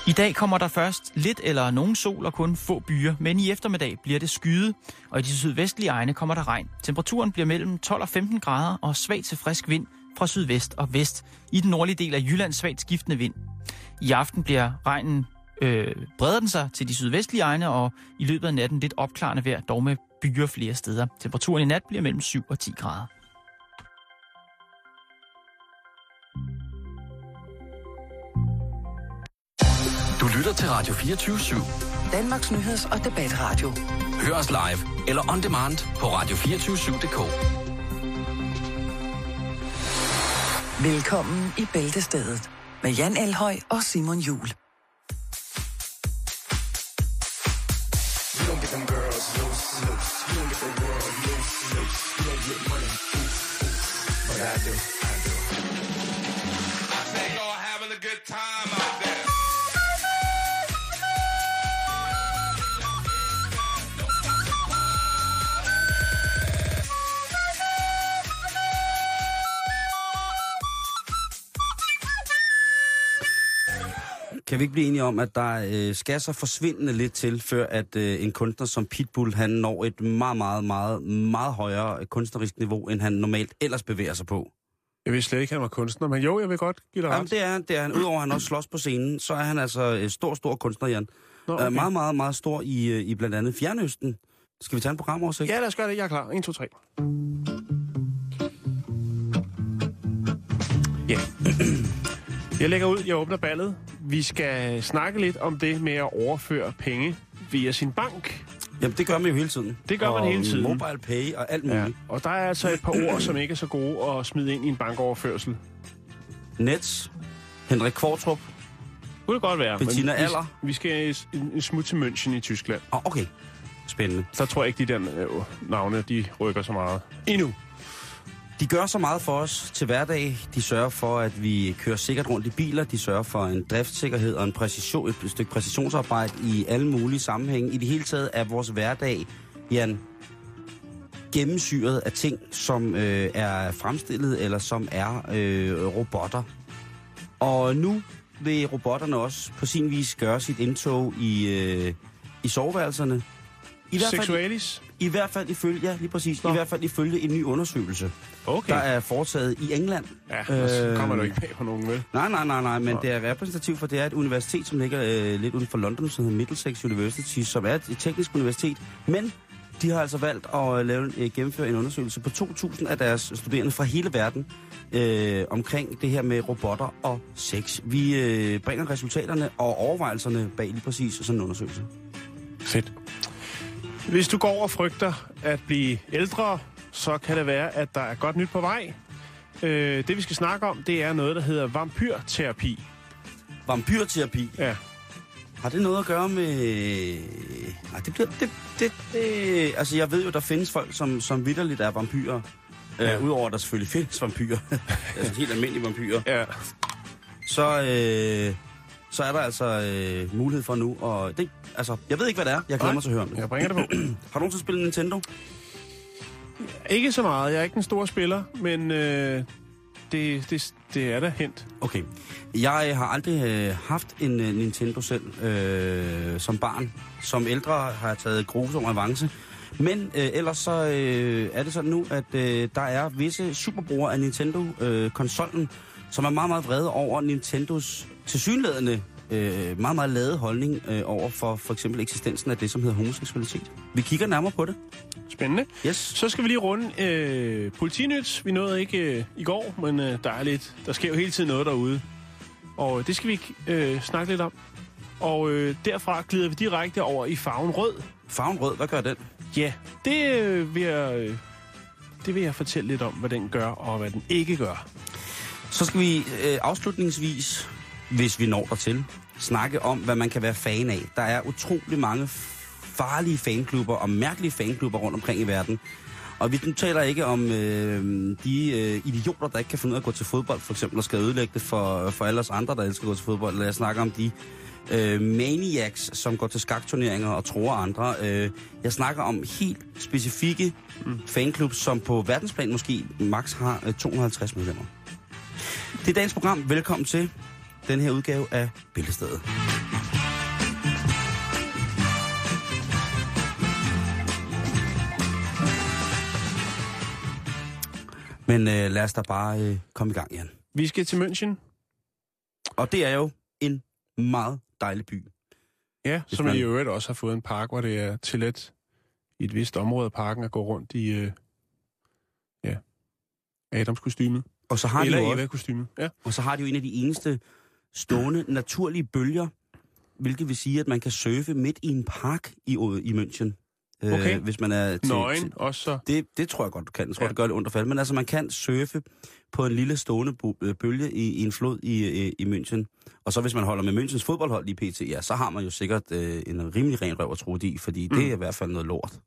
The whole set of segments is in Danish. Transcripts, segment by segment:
I dag kommer der først lidt eller nogen sol og kun få byer, men i eftermiddag bliver det skyet, og i de sydvestlige egne kommer der regn. Temperaturen bliver mellem 12 og 15 grader og svag til frisk vind fra sydvest og vest. I den nordlige del af Jylland svagt skiftende vind. I aften bliver regnen breder den sig til de sydvestlige egne, og i løbet af natten lidt opklarende vejr, dog med byer flere steder. Temperaturen i nat bliver mellem 7 og 10 grader. Du lytter til Radio 24/7. Danmarks nyheds- og debatradio. Hør os live eller on demand på radio247.dk. Velkommen i Bæltestedet med Jan Elhøj og Simon Juhl. Kan vi ikke blive enige om, at der skal så forsvindende lidt til, før at en kunstner som Pitbull, han når et meget, meget, meget, meget højere kunstnerisk niveau, end han normalt ellers bevæger sig på? Jeg vil slet ikke, han var kunstner, men jo, jeg vil godt give dig ret. Jamen, det er han. Udover at han også slås på scenen, så er han altså stor kunstner, Jan. Nå, okay. Meget, meget, meget stor i blandt andet Fjernøsten. Skal vi tage en programoversigt? Ja, lad os gøre det. Jeg er klar. 1, 2, 3. Ja. Jeg lægger ud, jeg åbner ballet. Vi skal snakke lidt om det med at overføre penge via sin bank. Jamen, det gør man jo hele tiden. Det gør man hele tiden. Mobile pay og alt muligt. Ja. Og der er altså et par ord, som ikke er så gode at smide ind i en bankoverførsel. Nets, Henrik Kvartrup. Kunne det godt være. Bettina Aller. Vi skal en smut til München i Tyskland. Okay. Spændende. Så tror jeg ikke, de der navne, de rykker så meget. Endnu. De gør så meget for os til hverdag. De sørger for, at vi kører sikkert rundt i biler. De sørger for en driftssikkerhed og et stykke præcisionsarbejde i alle mulige sammenhænge. I det hele taget er vores hverdag, Jan, gennemsyret af ting, som er fremstillet eller som er robotter. Og nu vil robotterne også på sin vis gøre sit indtog i soveværelserne. Seksualis? I hvert fald ifølge, ja, lige præcis. Nå. I hvert fald ifølge en ny undersøgelse, der er foretaget i England. Ja, så kommer du ikke bag på nogen, vel? Nej, men det er repræsentativt, for det er et universitet, som ligger lidt uden for London, som hedder Middlesex University, som er et teknisk universitet. Men de har altså valgt at gennemføre en undersøgelse på 2.000 af deres studerende fra hele verden omkring det her med robotter og sex. Vi bringer resultaterne og overvejelserne bag lige præcis sådan en undersøgelse. Fedt. Hvis du går over og frygter at blive ældre, så kan det være, at der er godt nyt på vej. Det vi skal snakke om, det er noget, der hedder vampyrterapi. Vampyrterapi? Ja. Har det noget at gøre med... Nej, det bliver... Altså, jeg ved jo, der findes folk, som vitterligt er vampyrer. Ja. Udover at der selvfølgelig findes vampyrer. Altså helt almindelige vampyrer. Ja. Så er der altså mulighed for nu, og det, altså, jeg ved ikke, hvad det er. Jeg glæder mig til at høre om det. Jeg bringer det på. Har du nogensinde spillet Nintendo? Ikke så meget. Jeg er ikke den store spiller, men det er da hent. Okay. Jeg har aldrig haft en Nintendo selv som barn. Som ældre har jeg taget grusom avance. Men ellers så er det sådan nu, at der er visse superbrugere af Nintendo-konsollen, som er meget, meget vrede over Nintendos tilsyneladende meget, meget lade holdning over for eksempel eksistensen af det, som hedder homoseksualitet. Vi kigger nærmere på det. Spændende. Yes. Så skal vi lige runde Politinyt. Vi nåede ikke i går, men der sker jo hele tiden noget derude. Og det skal vi snakke lidt om. Og derfra glider vi direkte over i farven rød. Farven rød, hvad gør den? Ja, det vil jeg fortælle lidt om, hvad den gør og hvad den ikke gør. Så skal vi afslutningsvis, hvis vi når dertil, snakke om, hvad man kan være fan af. Der er utrolig mange farlige fanklubber og mærkelige fanklubber rundt omkring i verden. Og vi taler ikke om de idioter, der ikke kan finde ud af at gå til fodbold, for eksempel, og skal ødelægge det for alle os andre, der elsker at gå til fodbold. Eller jeg snakker om de maniacs, som går til skakturneringer og tror andre. Jeg snakker om helt specifikke fanklubs, som på verdensplan måske max har 250 medlemmer. Det er dagens program. Velkommen til den her udgave af Bæltestedet. Men lad os da bare komme i gang, Jan. Vi skal til München. Og det er jo en meget dejlig by. Ja, som i øvrigt også har fået en park, hvor det er tilladt i et vist område af parken at gå rundt i Adams-kostymet. Og så har Eller de jo Eva-kostymet. Ja. Og så har de jo en af de eneste stående naturlige bølger, hvilket vil sige, at man kan surfe midt i en park i München. Okay. Hvis man er Nøgen også så. Det tror jeg godt, du kan. Jeg tror, det gør det ondt at falde. Men altså, man kan surfe på en lille stående bølge i en flod i München. Og så hvis man holder med Münchens fodboldhold i PT, ja, så har man jo sikkert en rimelig ren røv at tro i, fordi det er i hvert fald noget lort.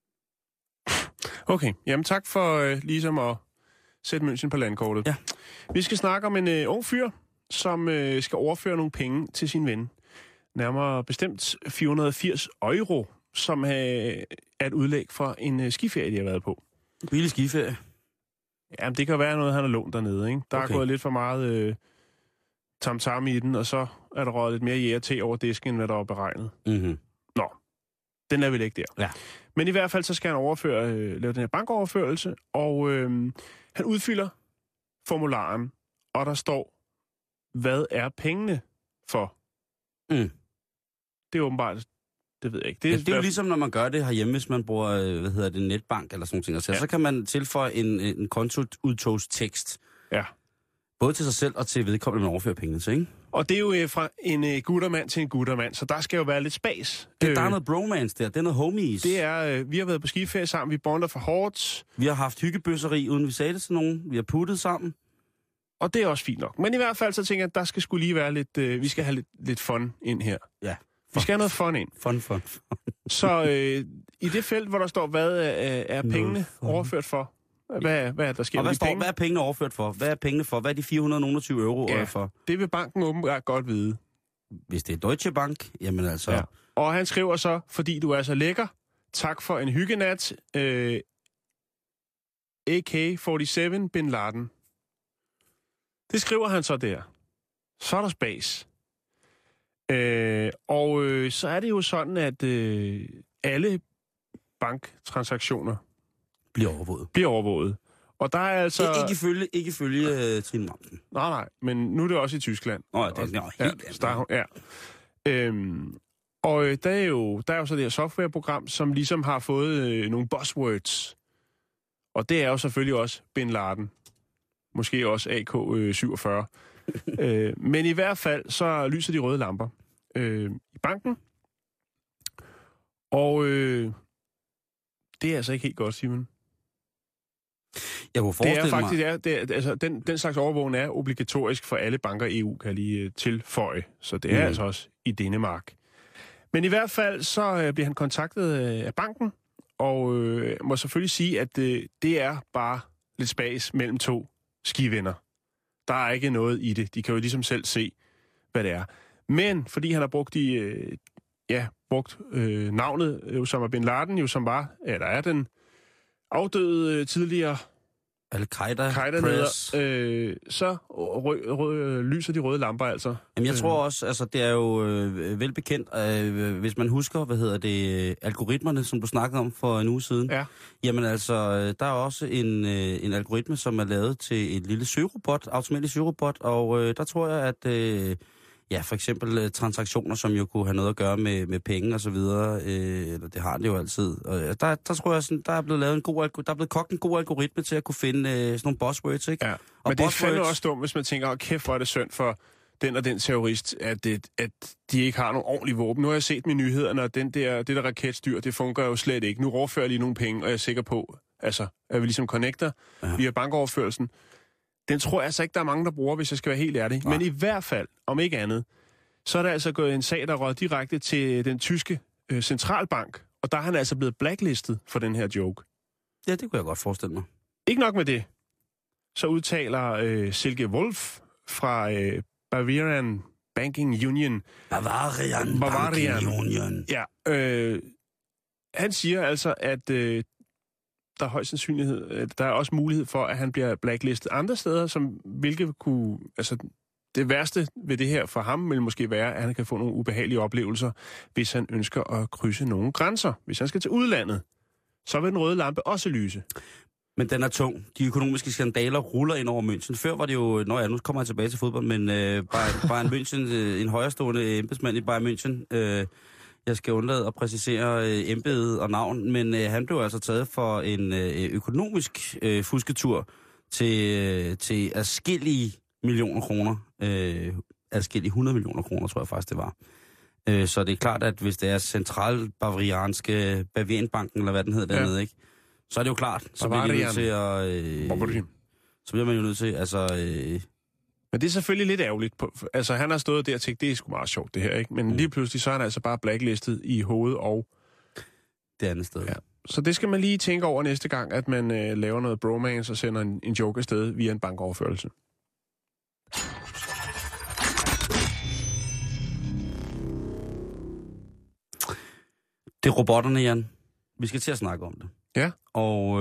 Okay, jamen tak for ligesom at sætte München på landkortet. Ja. Vi skal snakke om en ung fyr, som skal overføre nogle penge til sin ven. Nærmere bestemt 480 euro, som er et udlæg fra en skiferie, de har været på. Billig skiferie? Jamen, det kan være noget, han har lånt dernede, ikke? Der er gået lidt for meget tam-tam i den, og så er der røget lidt mere jæger-te over disken, end hvad der var beregnet. Mm-hmm. Nå, den lader vi lægge der. Ja. Men i hvert fald, så skal han lave den her bankoverførelse, og han udfylder formularen, og der står, hvad er pengene for? Mm. Det er åbenbart, det ved jeg ikke. Det er jo ligesom, når man gør det herhjemme, hvis man bruger, netbank eller sådan noget. Så kan man tilføje en kontoudtogstekst. Ja. Både til sig selv og til vedkommende, man overfører pengene til, ikke? Og det er jo fra en guttermand til en guttermand, så der skal jo være lidt spas. Der er noget bromance der, det er noget homies. Det er, vi har været på skiferie sammen, vi bonder for hårdt. Vi har haft hyggebøsseri, uden vi sagde det til nogen. Vi har puttet sammen. Og det er også fint nok. Men i hvert fald så tænker jeg, at der skal skulle lige være lidt, vi skal have lidt fun ind her. Ja. Vi skal have noget fun ind. Fun. Så i det felt, hvor der står, hvad er pengene overført for? Hvad er der sker? Og hvad er pengene overført for? Hvad er pengene for? Hvad er de 420 euro for? Det vil banken åbenbart godt vide. Hvis det er Deutsche Bank, jamen altså... Ja. Og han skriver så, fordi du er så lækker, tak for en hyggenat, AK-47 Bin Laden. Det skriver han så der. Så er der spas. Så er det jo sådan, at alle banktransaktioner bliver overvåget. Og der er altså... Ikke ifølge Trine Mamsen. Nej, men nu er det også i Tyskland. Nå, det er helt andet. Og der er jo så det her softwareprogram, som ligesom har fået nogle buzzwords. Og det er jo selvfølgelig også Bin Laden. Måske også AK-47. Men i hvert fald, så lyser de røde lamper i banken. Og det er altså ikke helt godt, Simon. Jeg kunne forestille mig... Den slags overvågning er obligatorisk for alle banker i EU, kan jeg lige tilføje. Så det er altså også i Danmark. Men i hvert fald, så bliver han kontaktet af banken, og må selvfølgelig sige, at det er bare lidt spas mellem to skivenner. Der er ikke noget i det. De kan jo ligesom selv se, hvad det er. Men fordi han har brugt navnet Osama Bin Laden, som er den afdøde tidligere Al-Qaida-leder, så lyser de røde lamper altså. Jamen jeg tror også, altså det er jo velbekendt, hvis man husker, algoritmerne, som du snakkede om for en uge siden. Ja. Jamen altså, der er også en algoritme, som er lavet til et lille søgerobot, automatisk søgerobot, og der tror jeg, at for eksempel transaktioner, som jo kunne have noget at gøre med penge og så videre, eller det har det jo altid. Og der tror jeg, sådan, der er blevet lavet der er blevet kogt en god algoritme til at kunne finde sådan nogle buzzwords, ikke? Ja, og men det er fandme også dumt, hvis man tænker, kæft, hvor er det synd for den og den terrorist, at de ikke har nogen ordentlige våben. Nu har jeg set med nyhederne, og det der raketstyr, det fungerer jo slet ikke. Nu overfører de nogle penge, og jeg er sikker på, at vi ligesom connecter via bankoverførelsen. Den tror jeg altså ikke, der er mange, der bruger, hvis jeg skal være helt ærlig. Nej. Men i hvert fald, om ikke andet, så er der altså gået en sag, der rød direkte til den tyske centralbank, og der er han altså blevet blacklistet for den her joke. Ja, det kunne jeg godt forestille mig. Ikke nok med det. Så udtaler Silke Wolf fra Bavarian Banking Union. Bavarian Banking Union. Ja, han siger altså, at der er højst sandsynlighed, der er også mulighed for, at han bliver blacklistet andre steder, hvilket kunne, altså det værste ved det her for ham vil måske være, at han kan få nogle ubehagelige oplevelser, hvis han ønsker at krydse nogle grænser. Hvis han skal til udlandet, så vil den røde lampe også lyse. Men den er tung. De økonomiske skandaler ruller ind over München. Før var det jo... nu kommer jeg tilbage til fodbold, men Bayern München, en højrestående embedsmand i Bayern München... Jeg skal undlade at præcisere embedet og navn, men han blev altså taget for en økonomisk fusketur til adskillige millioner kroner. Adskillige 100 millioner kroner, tror jeg faktisk, det var. Så det er klart, at hvis det er centralbavarianske Bavarianbanken, eller hvad den hedder dernede, ikke? Så er det jo klart. Så bliver man nødt til at... så bliver man jo nødt til, altså... Men det er selvfølgelig lidt ærgerligt. Altså, han har stået der og tænkt, det er sgu meget sjovt, det her, ikke? Men lige pludselig, så er han altså bare blacklistet i hovedet og... Det andet sted. Ja. Så det skal man lige tænke over næste gang, at man laver noget bromance og sender en joke afsted via en bankoverførelse. Det er robotterne, Jan. Vi skal til at snakke om det. Ja. Og,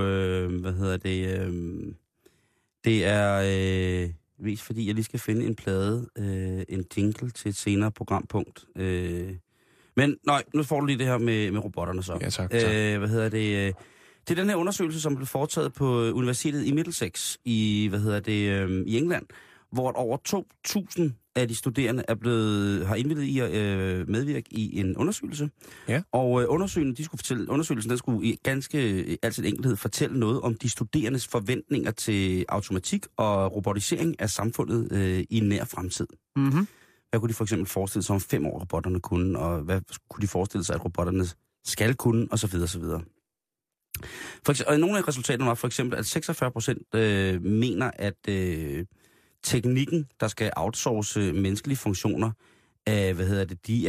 det er... Mest fordi jeg lige skal finde en plade, en jingle til et senere programpunkt. Men nej, nu får du lige det her med robotterne så. Ja, tak. Det er den her undersøgelse, som blev foretaget på Universitetet i Middlesex i England, hvor over 2.000 af de studerende har indvilget i at medvirke i en undersøgelse. Ja. Og undersøgelsen den skulle i ganske altid enkelhed fortælle noget om de studerendes forventninger til automatik og robotisering af samfundet i en nær fremtid. Mm-hmm. Hvad kunne de for eksempel forestille sig om 5 år, robotterne kunne, og hvad kunne de forestille sig, at robotterne skal kunne, og så videre, så videre. Og nogle af resultaterne var for eksempel, at 46% mener, at teknikken, der skal outsource menneskelige funktioner, de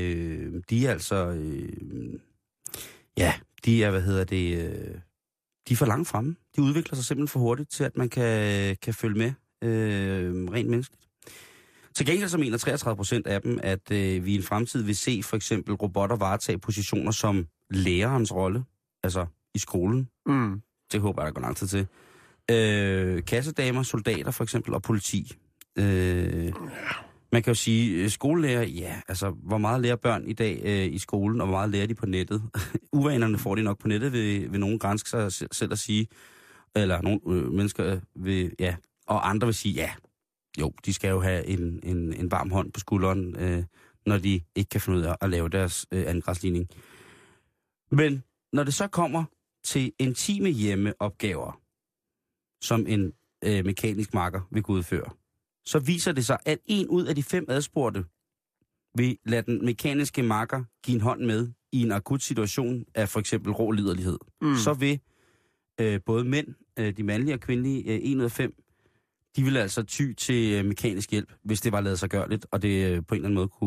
er for langt fremme. De udvikler sig simpelthen for hurtigt til, at man kan følge med rent menneskeligt. Til gengæld så mener 33% af dem, at vi i en fremtid vil se for eksempel robotter varetage positioner som lærerens rolle, altså i skolen. Mm. Det håber jeg, der går lang tid til. Kassedamer, soldater for eksempel, og politi. Man kan jo sige, skolelærer, ja, altså, hvor meget lærer børn i dag i skolen, og hvor meget lærer de på nettet? Uvanerne får de nok på nettet, vil nogen grænske sig selv at sige, eller nogle mennesker vil, ja, og andre vil sige, ja, jo, de skal jo have en varm hånd på skulderen, når de ikke kan finde ud af at lave deres angræsligning. Men når det så kommer til intime hjemmeopgaver, som en mekanisk makker vil kunne udføre, så viser det sig, at 1 ud af de 5 adspurgte vil lade den mekaniske makker give en hånd med i en akut situation af for eksempel rå liderlighed. Mm. Så vil både mænd, de mandlige og kvindelige, 1 ud af 5, de vil altså ty til mekanisk hjælp, hvis det var ladet sig gørligt, og det på en eller anden måde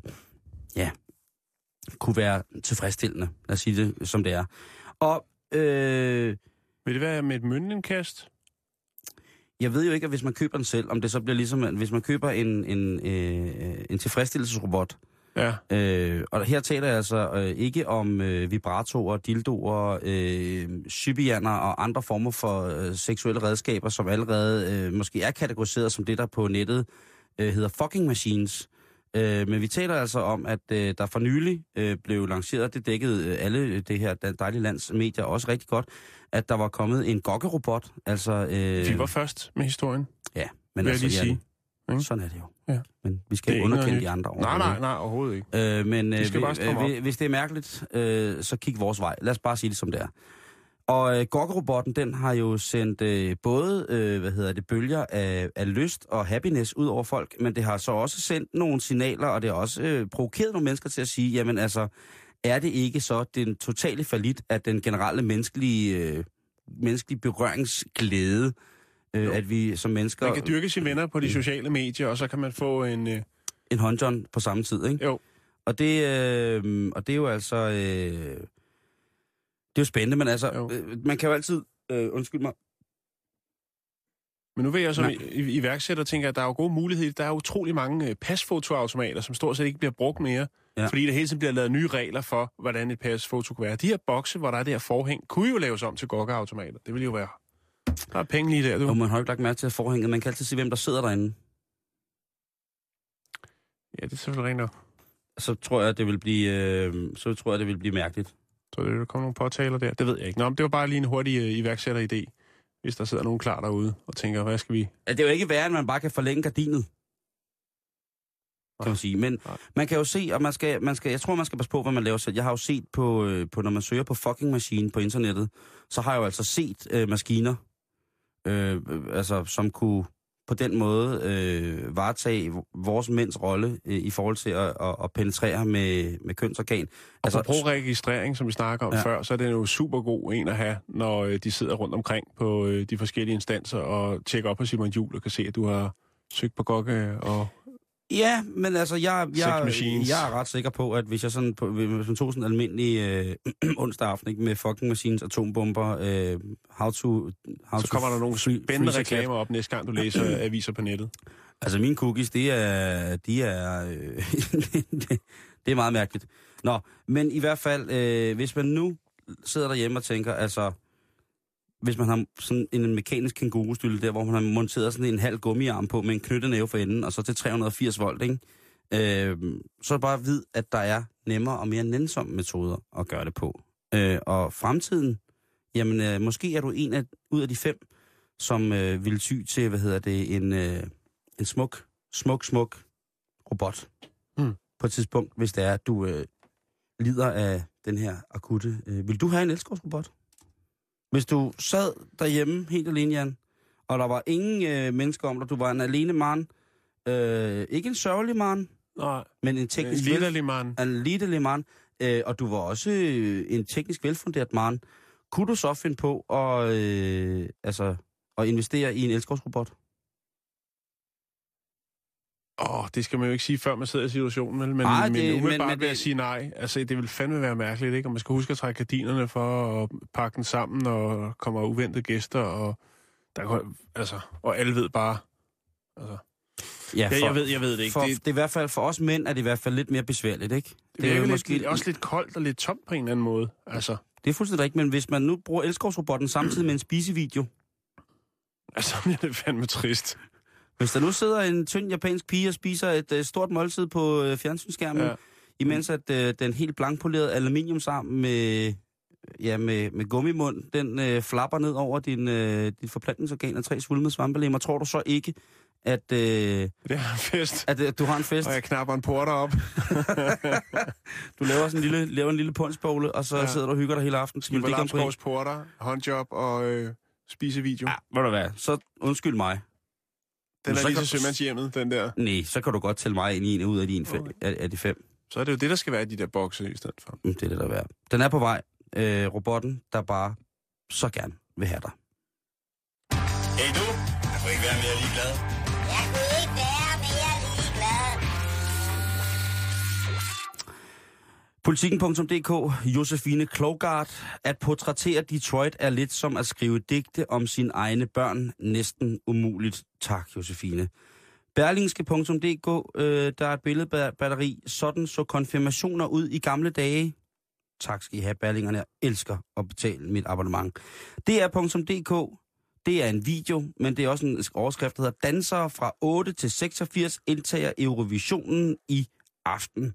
kunne være tilfredsstillende. Lad os sige det, som det er. Og vil det være med et møntenkast? Jeg ved jo ikke, at hvis man køber den selv, om det så bliver ligesom, hvis man køber en tilfredsstillelsesrobot. Ja. Og her taler jeg altså ikke om vibratorer, dildoer, sybianer og andre former for seksuelle redskaber, som allerede måske er kategoriseret som det, der på nettet hedder fucking machines. Men vi taler altså om, at der for nylig blev lanceret, det dækkede alle det her dejlige lands medier også rigtig godt, at der var kommet en gokkerobot. Altså, vi var først med historien. Ja, men vil altså, jeg lige sige. Sådan er det jo. Ja. Men vi skal ikke underkende de andre. Nej, overhovedet ikke. Men hvis det er mærkeligt, så kig vores vej. Lad os bare sige det, som det er. Og gokkerobotten, den har jo sendt både bølger af lyst og happiness ud over folk, men det har så også sendt nogle signaler, og det har også provokeret nogle mennesker til at sige, jamen altså, er det ikke så den totale fallit af den generelle menneskelige berøringsglæde, at vi som mennesker... Man kan dyrke sine venner på de sociale medier, og så kan man få en... En håndjohn på samme tid, ikke? Jo. Og det er jo altså... det er jo spændende, men altså, man kan jo altid... undskyld mig. Men nu vil jeg som iværksætter tænke, at der er jo gode muligheder. Der er utrolig mange pasfotoautomater, som stort set ikke bliver brugt mere. Ja. Fordi der hele tiden bliver lavet nye regler for, hvordan et pasfoto kunne være. De her bokse, hvor der er det her forhæng, kunne jo laves om til gokkeautomater. Det vil jo være... Der er penge lige der, du. Og man har jo ikke lagt mærke til forhænget. Man kan altid se, hvem der sidder derinde. Ja, det er selvfølgelig rent nok. Så tror jeg, det vil blive mærkeligt. Så det kommer nogle påtaler der. Det ved jeg ikke. Nå, men det var bare lige en hurtig iværksætteridé. hvis der sidder nogen klar derude og tænker, hvad skal vi... Ja, det er jo ikke værre, at man bare kan forlænge gardinet. Kan man sige. Men man kan jo se, og jeg tror, man skal passe på, hvad man laver selv. Jeg har jo set på når man søger på fucking machine på internettet, så har jeg jo altså set maskiner, som kunne på den måde varetage vores mænds rolle i forhold til at penetrere med kønsorgan. Altså, apropos registrering, som vi snakker om før, så er det jo super god en at have, når de sidder rundt omkring på de forskellige instanser og tjekker op på Simon Juhl og kan se, at du har søgt på gokke og... Ja, men altså, jeg er ret sikker på, at hvis jeg sådan tog sådan en almindelig onsdag aften, ikke, med fucking machines, atombomber, så kommer der nogle spændende reklamer op næste gang, du læser aviser på nettet. Altså, mine cookies, det er det er meget mærkeligt. Nå, men i hvert fald, hvis man nu sidder derhjemme og tænker, altså, hvis man har sådan en mekanisk kængurustyle der, hvor man har monteret sådan en halv gummiarm på med en knyttenæve for enden, og så til 380 volt, ikke? Så er det bare at vide, at der er nemmere og mere nænsomme metoder at gøre det på. Og fremtiden, jamen måske er du ud af de 5, som vil ty til, en smuk robot. På et tidspunkt, hvis det er, at du lider af den her akutte. Vil du have en elskovsrobot? Hvis du sad derhjemme helt alene, Jan, og der var ingen mennesker om dig, du var en alene mand, ikke en sørgelig mand, men en teknisk liderlig mand, og du var også en teknisk velfunderet mand, kunne du så finde på at investere i en elskovsrobot? Det skal man jo ikke sige, før man sidder i situationen, vel? Men umiddelbart vil jeg sige nej. Altså, det vil fandme være mærkeligt, ikke? Og man skal huske at trække gardinerne for at pakke den sammen, og kommer uventede gæster, og alle ved bare... Altså. Ja, jeg ved det ikke. Det er i hvert fald for os mænd, er det i hvert fald lidt mere besværligt, ikke? Det er måske også lidt koldt og lidt tomt på en eller anden måde. Altså. Det er fuldstændig rigtigt, men hvis man nu bruger elskovsrobotten samtidig med en spisevideo... Altså, det er fandme trist. Hvis der nu sidder en tynd japansk pige og spiser et stort måltid på fjernsynsskærmen, imens at den helt blankpolerede aluminiumsarm med gummimund, den flapper ned over dit forplantningsorgan af 3 svulmede svampelemmer, tror du så ikke, at... det er en fest. At du har en fest. Og jeg knapper en porter op. Du laver en lille punchbowl, og så sidder du og hygger dig hele aften. Skipper Lamskovs porter, håndjob og spisevideo. Ja, ved du hvad, så undskyld mig. Den er lige til sømandshjemmet, den der. Nej, så kan du godt tælle mig ind i en ud af de 5. Så er det jo det, der skal være i de der bokse i stedet for. Det er det, der er. Den er på vej. Robotten, der bare så gerne vil have dig. Hey du, jeg kunne ikke være mere ligeglad. Jeg kunne ikke være mere ligeglad. Politikken.dk, Josefine Klougart. At portrættere Detroit er lidt som at skrive digte om sine egne børn. Næsten umuligt. Tak, Josefine. Berlingske.dk, der er et billedbatteri. Sådan så konfirmationer ud i gamle dage. Tak skal I have, Berlingerne. Jeg elsker at betale mit abonnement. DR.dk, det er en video, men det er også en overskrift, der hedder Dansere fra 8 til 86 indtager Eurovisionen i aften.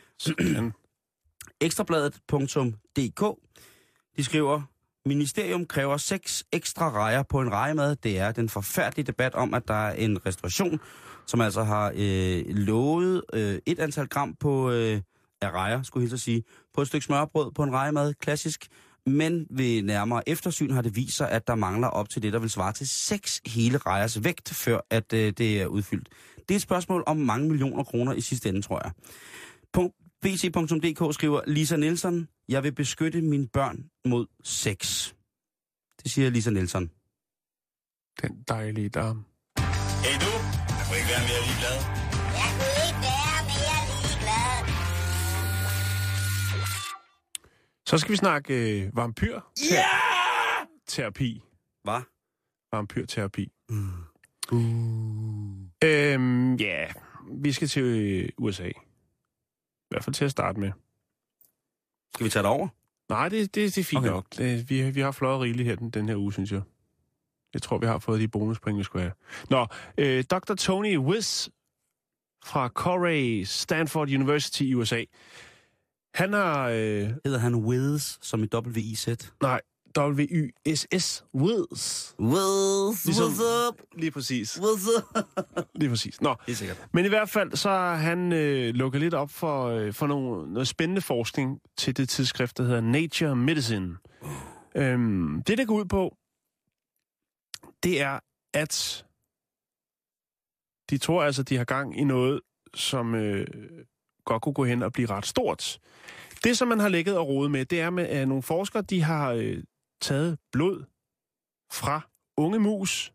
Ekstrabladet.dk, de skriver, Ministerium kræver 6 ekstra rejer på en rejemad. Det er den forfærdelige debat om, at der er en restauration, som altså har lovet et antal gram på af rejer, skulle jeg hilse at sige, på et stykke smørbrød på en rejemad, klassisk. Men ved nærmere eftersyn har det vist sig, at der mangler op til det, der vil svare til 6 hele rejers vægt, før at det er udfyldt. Det er et spørgsmål om mange millioner kroner i sidste ende, tror jeg. BC.dk skriver, Lisa Nielsen, jeg vil beskytte mine børn mod sex. Det siger Lisa Nielsen. Den dejlige dame. Hey du, jeg kunne ikke være mere ligeglad. Jeg kunne ikke være mere ligeglad. Så skal vi snakke vampyrterapi. Hvad? Vampyrterapi. Vi skal til USA. I hvert fald til at starte med. Skal vi tage det over? Nej, det er fint okay. nok. Vi har fløjet rigeligt her den her uge, synes jeg. Jeg tror, vi har fået de bonuspoint, vi skulle have. Nå, Dr. Tony Wiz fra Corey Stanford University i USA. Han har... Hedder han Wiz som i W-I-Z? Nej, W-Y-S-S. Wiz. Ligesom, what's up? Lige præcis. What's up? Lige præcis. Nå. Det er sikkert. Men i hvert fald, så har han lukket lidt op for noget spændende forskning til det tidsskrift, der hedder Nature Medicine. Det, der går ud på, det er, at de tror altså, de har gang i noget, som godt kunne gå hen og blive ret stort. Det, som man har lægget og rodet med, det er med, at nogle forskere, de har taget blod fra unge mus.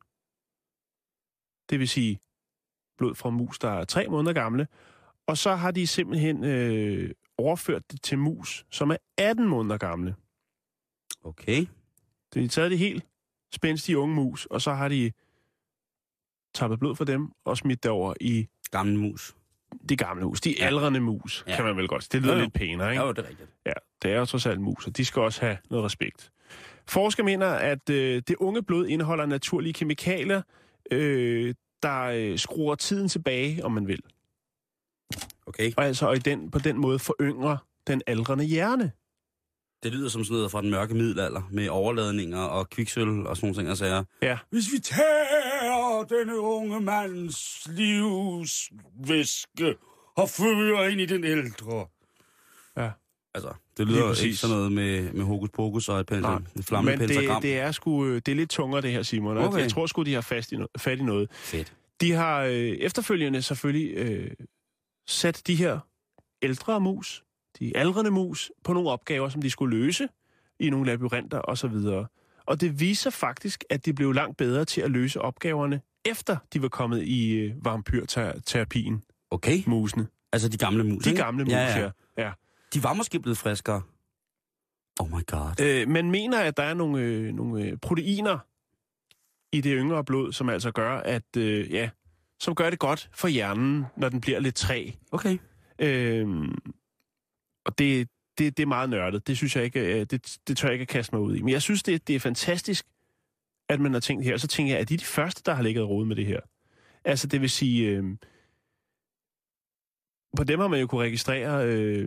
Det vil sige blod fra mus, der er 3 måneder gamle. Og så har de simpelthen overført det til mus, som er 18 måneder gamle. Okay. De har taget det helt spændstige unge mus, og så har de tappet blod fra dem og smidt det over i gamle mus. De gamle mus. De aldrende mus, kan man vel godt. Det lyder lidt pænere, ikke? Jo, det er rigtigt. Ja, det er jo trods alt mus, og de skal også have noget respekt. Forskere mener, at det unge blod indeholder naturlige kemikalier, der skruer tiden tilbage, om man vil. Okay. Og altså på den måde foryngrer den aldrende hjerne. Det lyder som sådan noget fra den mørke middelalder, med overladninger og kviksøl og sådan nogle ting, og sager. Ja. Hvis vi tager denne unge mands livsvæske og fører ind i den ældre. Ja. Altså, det lyder ikke sådan noget med hokus pokus og et flammepentagram. Men det er lidt tungere, det her, Simon. Okay. Jeg tror sgu, de har fat i noget. Fedt. De har efterfølgende selvfølgelig sat de her ældre mus, de aldrende mus, på nogle opgaver, som de skulle løse i nogle labyrinter osv. Og det viser faktisk, at de blev langt bedre til at løse opgaverne, efter de var kommet i vampyrterapien. Okay. Musene. Altså de gamle mus, De gamle mus, ja. De var måske blevet friskere. Oh my god. Man mener, at der er nogle proteiner i det yngre blod, som altså gør, at som gør det godt for hjernen, når den bliver lidt træg. Okay. Og det er meget nørdet. Det synes jeg ikke, det tør jeg ikke at kaste mig ud i. Men jeg synes, det er fantastisk, at man har tænkt her. Og så tænker jeg, at de er de første, der har ligget og rodet med det her. Altså, det vil sige, på dem har man jo kunne registrere,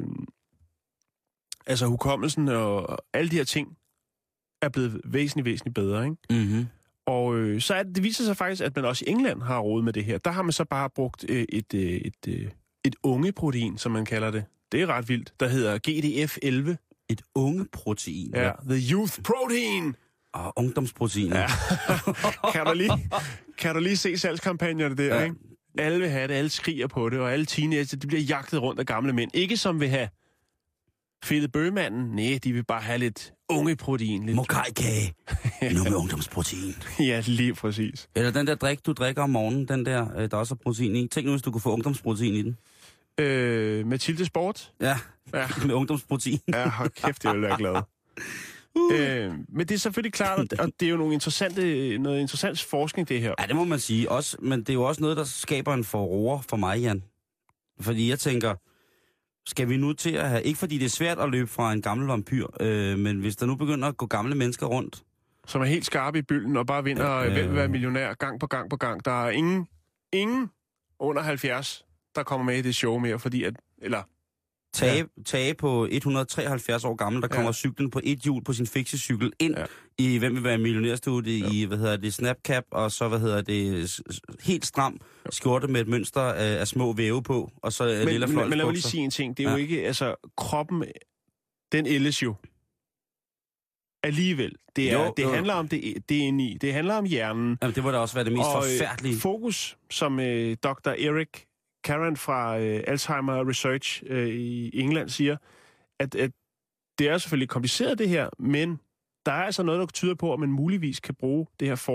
altså hukommelsen og alle de her ting er blevet væsentligt bedre, ikke? Mhm. Og så det viser sig faktisk, at man også i England har rodet med det her. Der har man så bare brugt et ungeprotein, som man kalder det. Det er ret vildt. Der hedder GDF11. Et ungeprotein? Ja, the youth protein. Og ungdomsprotein. Ja. kan du lige se salgskampagnerne der, ikke? Alle vil have det, alle skriger på det, og alle teenager, de bliver jagtet rundt af gamle mænd. Ikke som vil have Fede Bøgemanden. Nej, de vil bare have lidt ungeprotein. Lidt Mokai-kage. Nu med ungdomsprotein. Ja, lige præcis. Eller den der drik, du drikker om morgenen, den der også er protein i. Tænk nu, hvis du kunne få ungdomsprotein i den. Mathilde Sport? Ja, med ungdomsprotein. Ja, hold kæft, jeg vil være glad. Men det er selvfølgelig klart, og det er jo noget interessant forskning, det her. Ja, det må man sige. Også, men det er jo også noget, der skaber en furore for mig, Jan. Fordi jeg tænker, skal vi nu til at have... Ikke fordi det er svært at løbe fra en gammel vampyr, men hvis der nu begynder at gå gamle mennesker rundt... Som er helt skarpe i bylden og bare vinder og vil være millionær gang på gang. Der er ingen under 70, der kommer med i det show mere, fordi at... Eller... Tage på 173 år gammel, der kommer cyklen på et hjul på sin fiksecykel ind i, hvem vil være millionærstudie, i, Snapcap, og så, helt stram skjorte med et mønster af små væve på, og så lille fløjtsbukser. Men lad mig lige sige en ting, det er jo ikke, altså, kroppen, den ældes jo alligevel. Det handler om det inde i, det handler om hjernen. Jamen, det må da også være det mest forfærdelige. Fokus, som Dr. Eric Karen fra Alzheimer Research i England siger, at det er selvfølgelig kompliceret det her, men der er altså noget, der tyder på, at man muligvis kan bruge det her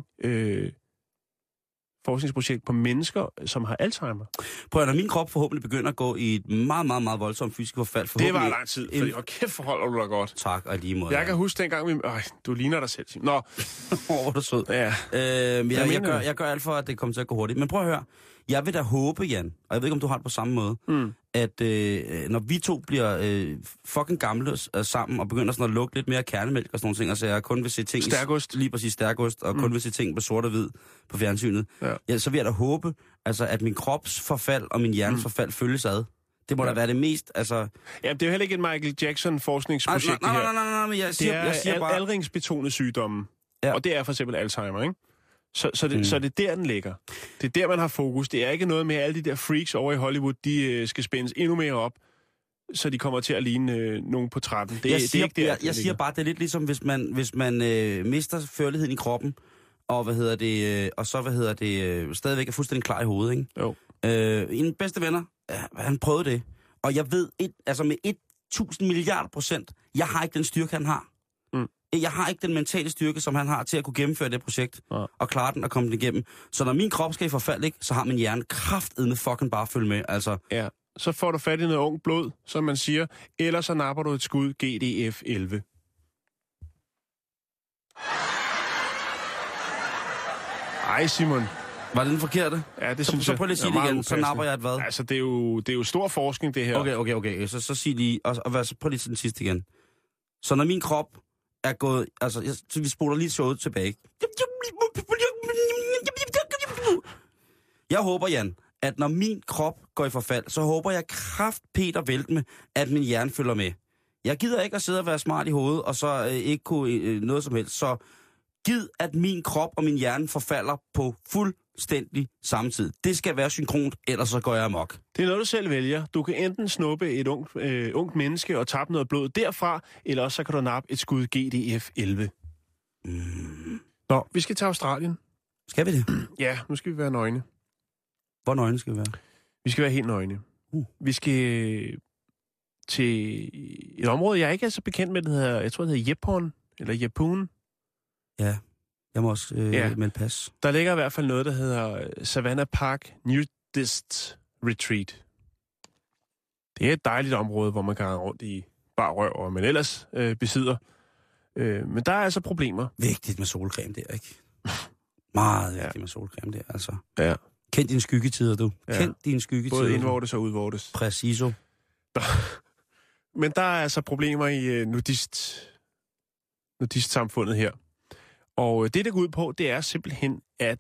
forskningsprojekt på mennesker, som har Alzheimer. Prøv at når min krop forhåbentlig begynder at gå i et meget, meget, meget voldsomt fysisk forfald. Det var lang tid, fordi kæft forholder du dig godt. Tak, og lige måde. Jeg kan huske dengang, du ligner dig selv. Nå. Hvor er du sød. Ja. Jeg gør alt for, at det kommer til at gå hurtigt. Men prøv at høre. Jeg vil da håbe, Jan, og jeg ved ikke, om du har det på samme måde, at når vi to bliver fucking gamle sammen og begynder sådan at lugte lidt mere kernemælk og sådan nogle ting, og så jeg kun vil se ting... Stærkost. Lige præcis stærkost, og kun vil se ting på sort og hvid på fjernsynet. Ja, så vil jeg da håbe, altså, at min krops forfald og min hjernes forfald følges ad. Det må da være det mest, altså... Ja, det er jo heller ikke et Michael Jackson-forskningsprojekt, det her. Nej, men jeg siger bare... aldringsbetonede sygdomme, ja. Og det er for eksempel Alzheimer, ikke? Så det er der, den ligger. Det er der, man har fokus. Det er ikke noget med, at alle de der freaks over i Hollywood, de skal spændes endnu mere op, så de kommer til at ligne nogen på 13. Jeg siger bare, det er lidt ligesom, hvis man mister førligheden i kroppen, og stadigvæk er fuldstændig klar i hovedet, ikke? Jo. En bedste venner, han prøvede det. Og jeg ved, med 1000 milliarder %, jeg har ikke den styrke, han har. Jeg har ikke den mentale styrke, som han har til at kunne gennemføre det projekt, og klare den og komme den igennem. Så når min krop skal i forfald, ikke, så har min hjerne kraftedme fucking bare følge med, altså. Ja, så får du fat i noget ung blod, som man siger, eller så napper du et skud GDF-11. Ej, Simon. Var det den forkerte? Ja, det synes jeg. Så prøv lige at sige det igen, så napper jeg et hvad? Altså, det er jo stor forskning, det her. Okay. Så sig lige, og prøv lige til den sidste igen. Så når min krop er gået, altså, så vi spoler lige showet tilbage. Jeg håber, Jan, at når min krop går i forfald, så håber jeg Peter vælte med, at min hjerne følger med. Jeg gider ikke at sidde og være smart i hovedet, og så ikke kunne noget som helst. Så gid, at min krop og min hjerne forfalder på fuldstændig samme tid. Det skal være synkront, ellers så går jeg amok. Det er noget, du selv vælger. Du kan enten snuppe et ungt menneske og tappe noget blod derfra, eller også så kan du nappe et skud GDF-11. Nå, vi skal til Australien. Skal vi det? Ja, nu skal vi være nøgne. Hvor nøgne skal vi være? Vi skal være helt nøgne. Vi skal til et område, jeg ikke er så bekendt med, jeg tror, det hedder Yepon, eller Yepun. Ja, jeg må også melde pas. Der ligger i hvert fald noget, der hedder Savannah Park Nudist Retreat. Det er et dejligt område, hvor man kan rende rundt i bar røv, og man ellers besidder. Men der er altså problemer. Vigtigt med solcreme der, ikke? Meget vigtigt med solcreme der, altså. Ja. Kend dine skyggetider, du. Ja. Kend dine skyggetider. Både indvortes og udvortes. Præciso. Men der er altså problemer i nudist-samfundet her. Og det går ud på, det er simpelthen, at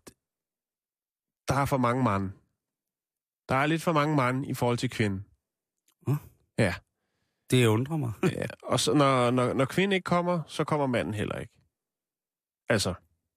der er for mange mænd. Der er lidt for mange mænd i forhold til kvinden. Ja. Det undrer mig. Ja. Og så, når kvinden ikke kommer, så kommer manden heller ikke. Altså.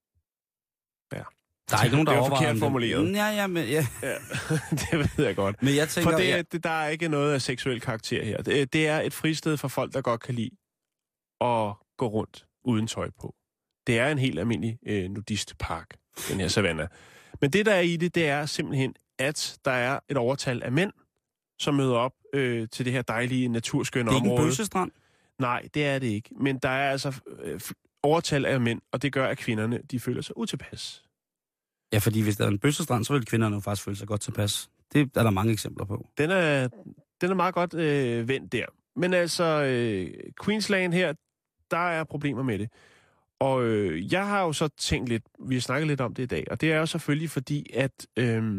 Ja. Der er ikke nogen, der overvejer forkert formuleret. Ja. Det ved jeg godt. Men jeg tænker, for der er ikke noget af seksuel karakter her. Det er et fristed for folk, der godt kan lide at gå rundt uden tøj på. Det er en helt almindelig nudistpark, den her Savannah. Men det, der er i det er simpelthen, at der er et overtal af mænd, som møder op til det her dejlige, naturskønne område. Det er ikke en bøssestrand? Nej, det er det ikke. Men der er altså overtal af mænd, og det gør, at kvinderne de føler sig utilpas. Ja, fordi hvis der er en bøssestrand, så vil kvinderne jo faktisk føle sig godt tilpas. Det er der mange eksempler på. Den er meget godt vendt der. Men altså, Queensland her, der er problemer med det. Og jeg har jo så tænkt lidt, vi har snakket lidt om det i dag, og det er jo selvfølgelig fordi, at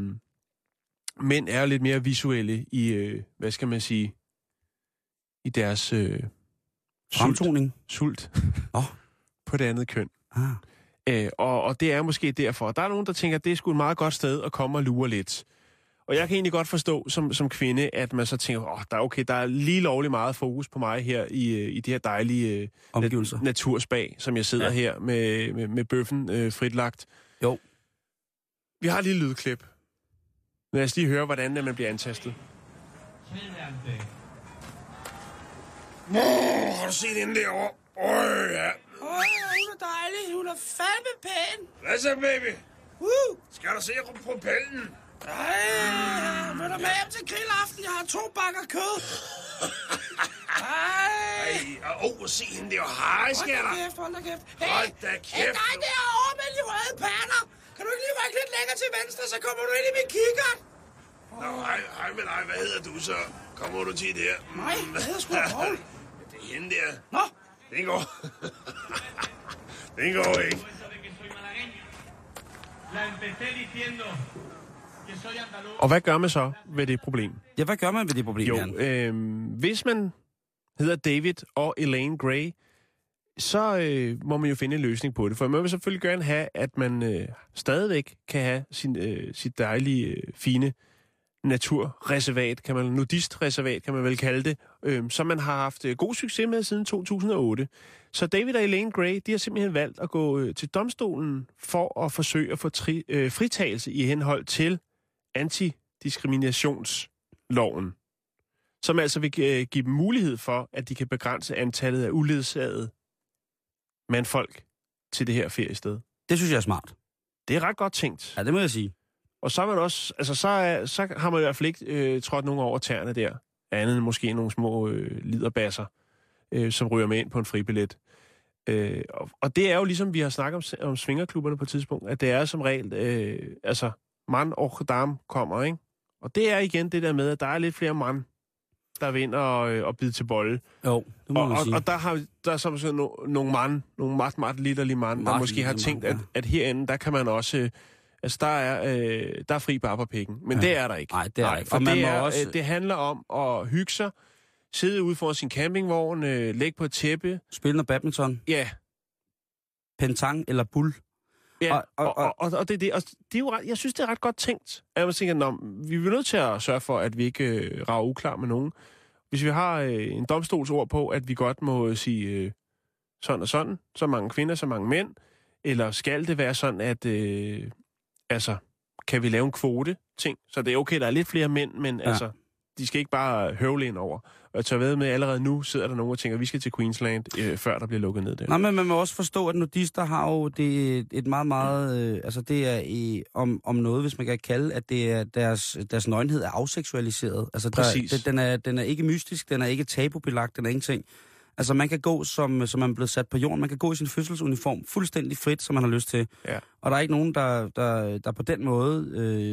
mænd er lidt mere visuelle i, hvad skal man sige, i deres sult på det andet køn. Og det er måske derfor. Der er nogen, der tænker, at det er sgu et meget godt sted at komme og lure lidt. Og jeg kan egentlig godt forstå som kvinde, at man så tænker, der er lige lovligt meget fokus på mig her i det her dejlige naturspa, som jeg sidder her med bøffen fritlagt. Jo. Vi har et lille lydklip. Lad os lige høre, hvordan man bliver antastet. Har du set hende derovre? Ja. Hun er dejlig. Hun er fandme pæn. Hvad så, baby? Skal du se propellen? Vil du med hjem til grillaften? Jeg har 2 bakker kød. Se hende der. Hej, skatter. Hold da kæft. Hold da kæft. Nej, derovre med de røde pander. Kan du ikke lige rykke lidt længere til venstre, så kommer du ind i min kikkert? Nå, hej med dig. Hvad hedder du så? Kommer du til der? Nej, jeg hedder sgu Paul. Det er hende der. Nå. Det går. Det går ikke. Og hvad gør man så ved det problem? Ja, hvad gør man ved det problem, hvis man hedder David og Elaine Gray, så må man jo finde en løsning på det. For man vil selvfølgelig gerne have, at man stadigvæk kan have sit dejlige, fine naturreservat, nudistreservat, kan man vel kalde det, som man har haft god succes med siden 2008. Så David og Elaine Gray, de har simpelthen valgt at gå til domstolen for at forsøge at få fritagelse i henhold til antidiskriminationsloven, som altså vil give dem mulighed for, at de kan begrænse antallet af uledsagede mandfolk til det her feriested. Det synes jeg er smart. Det er ret godt tænkt. Ja, det må jeg sige. Og så er man også, altså så har man i hvert fald ikke trådt nogen over tæerne der, andet end måske nogle små liderbasser, som ryger med ind på en fribillet. Og det er jo ligesom, vi har snakket om svingerklubberne på et tidspunkt, at det er som regel, altså mand og dame kommer, ikke? Og det er igen det der med, at der er lidt flere mand, der vinder og bide til bolle. Jo, det må man sige. Og der er som sådan nogle mand, nogle meget litterlige mand, der måske har tænkt, at herinde, der kan man også... Altså, der er fri bar på pikken. Men det er der ikke. Nej, det er der ikke. For man må også... det handler om at hygge sig, sidde ude foran sin campingvogn, lægge på et tæppe. Spille noget badminton. Ja. Pentang eller bull. Ja, og det er det. Og det er jo ret, jeg synes, det er ret godt tænkt. At man tænker, vi er nødt til at sørge for, at vi ikke rager uklar med nogen. Hvis vi har en domstolsord på, at vi godt må sige sådan og sådan, så mange kvinder, så mange mænd, eller skal det være sådan, at kan vi lave en kvote-ting? Så det er okay, der er lidt flere mænd, men altså, de skal ikke bare høvle ind over. Og jeg tør ved med, allerede nu sidder der nogen og tænker, at vi skal til Queensland, før der bliver lukket ned der. Nej, men man må også forstå, at nudister har jo et meget, meget... altså, det er om noget, hvis man kan kalde, at det er deres nøgenhed er afseksualiseret. Altså, den er ikke mystisk, den er ikke tabubelagt, den er ingenting. Altså, man kan gå, som man er blevet sat på jorden. Man kan gå i sin fødselsuniform fuldstændig frit, som man har lyst til. Ja. Og der er ikke nogen, der på den måde,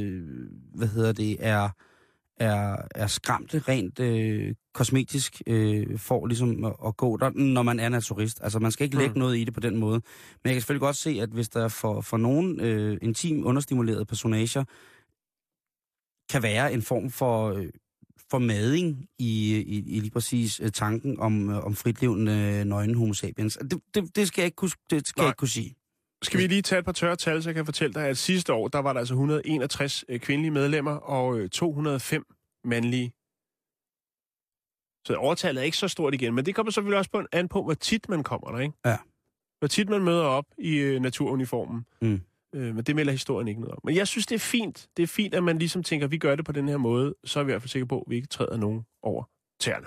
er skræmte rent kosmetisk for ligesom at gå der, når man er naturist. Altså, man skal ikke lægge noget i det på den måde. Men jeg kan selvfølgelig godt se, at hvis der for nogen intim understimulerede personager kan være en form for mading i lige præcis tanken om fritlevende nøgne homo sapiens. Det skal jeg ikke kunne sige. Skal vi lige tage et par tørre tal, så jeg kan fortælle dig, at sidste år, der var der altså 161 kvindelige medlemmer og 205 mandlige. Så overtallet er ikke så stort igen, men det kommer selvfølgelig også an på, hvor tit man kommer der, ikke? Ja. Hvor tit man møder op i naturuniformen. Men det melder historien ikke noget om. Men jeg synes, det er fint. Det er fint, at man ligesom tænker, at vi gør det på den her måde, så er vi i hvert fald sikre på, at vi ikke træder nogen over tæerne.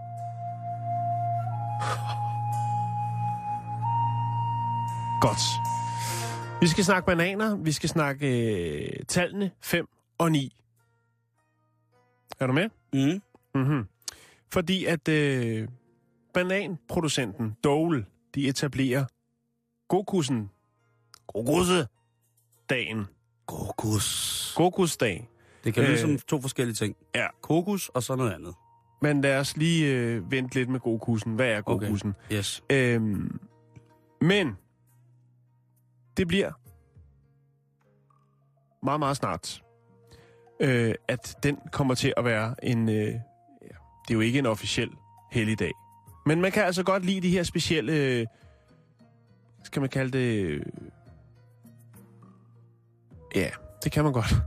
Godt. Vi skal snakke bananer. Vi skal snakke tallene 5 og 9. Er du med? Mm-hmm. Fordi at bananproducenten Dole, de etablerer Gokusdagen. Gokusdag. Det kan lyde som to forskellige ting. Ja. Kokos og så noget andet. Men lad os lige vente lidt med Gokusen. Hvad er Gokusen? Okay. Yes. Men det bliver meget, meget snart, at den kommer til at være en... det er jo ikke en officiel helligdag. Men man kan altså godt lide de her specielle... skal man kalde det... ja, det kan man godt.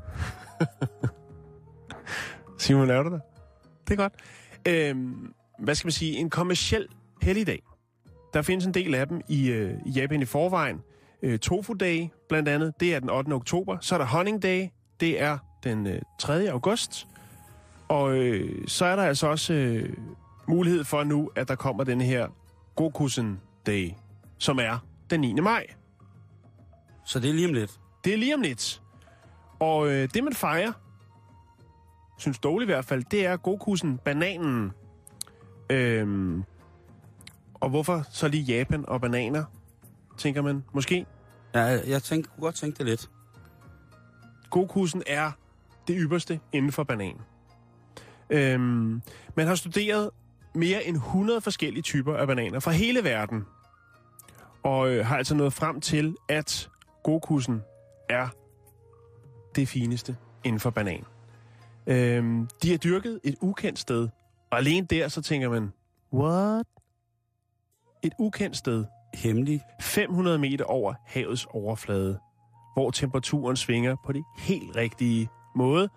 Simon, laver du det? Det er godt. Hvad skal man sige? En kommerciel helligdag. Der findes en del af dem i Japan i forvejen. Tofu Day, blandt andet, det er den 8. oktober. Så er der Honning Day, det er den 3. august. Og så er der altså også mulighed for nu, at der kommer den her Gokusen Day, som er den 9. maj. Så det er lige om lidt? Det er lige om lidt. Og det, man fejrer, synes Dole i hvert fald, det er Gokusen, bananen. Og hvorfor så lige Japan og bananer, tænker man måske? Ja, jeg kunne godt tænke det lidt. Gokusen er det ypperste inden for banan. Man har studeret mere end 100 forskellige typer af bananer fra hele verden. Og har altså nået frem til, at Gokusen er det fineste inden for banan. De er dyrket et ukendt sted. Og alene der, så tænker man, what? Et ukendt sted. Hemmelig. 500 meter over havets overflade, hvor temperaturen svinger på det helt rigtige måde.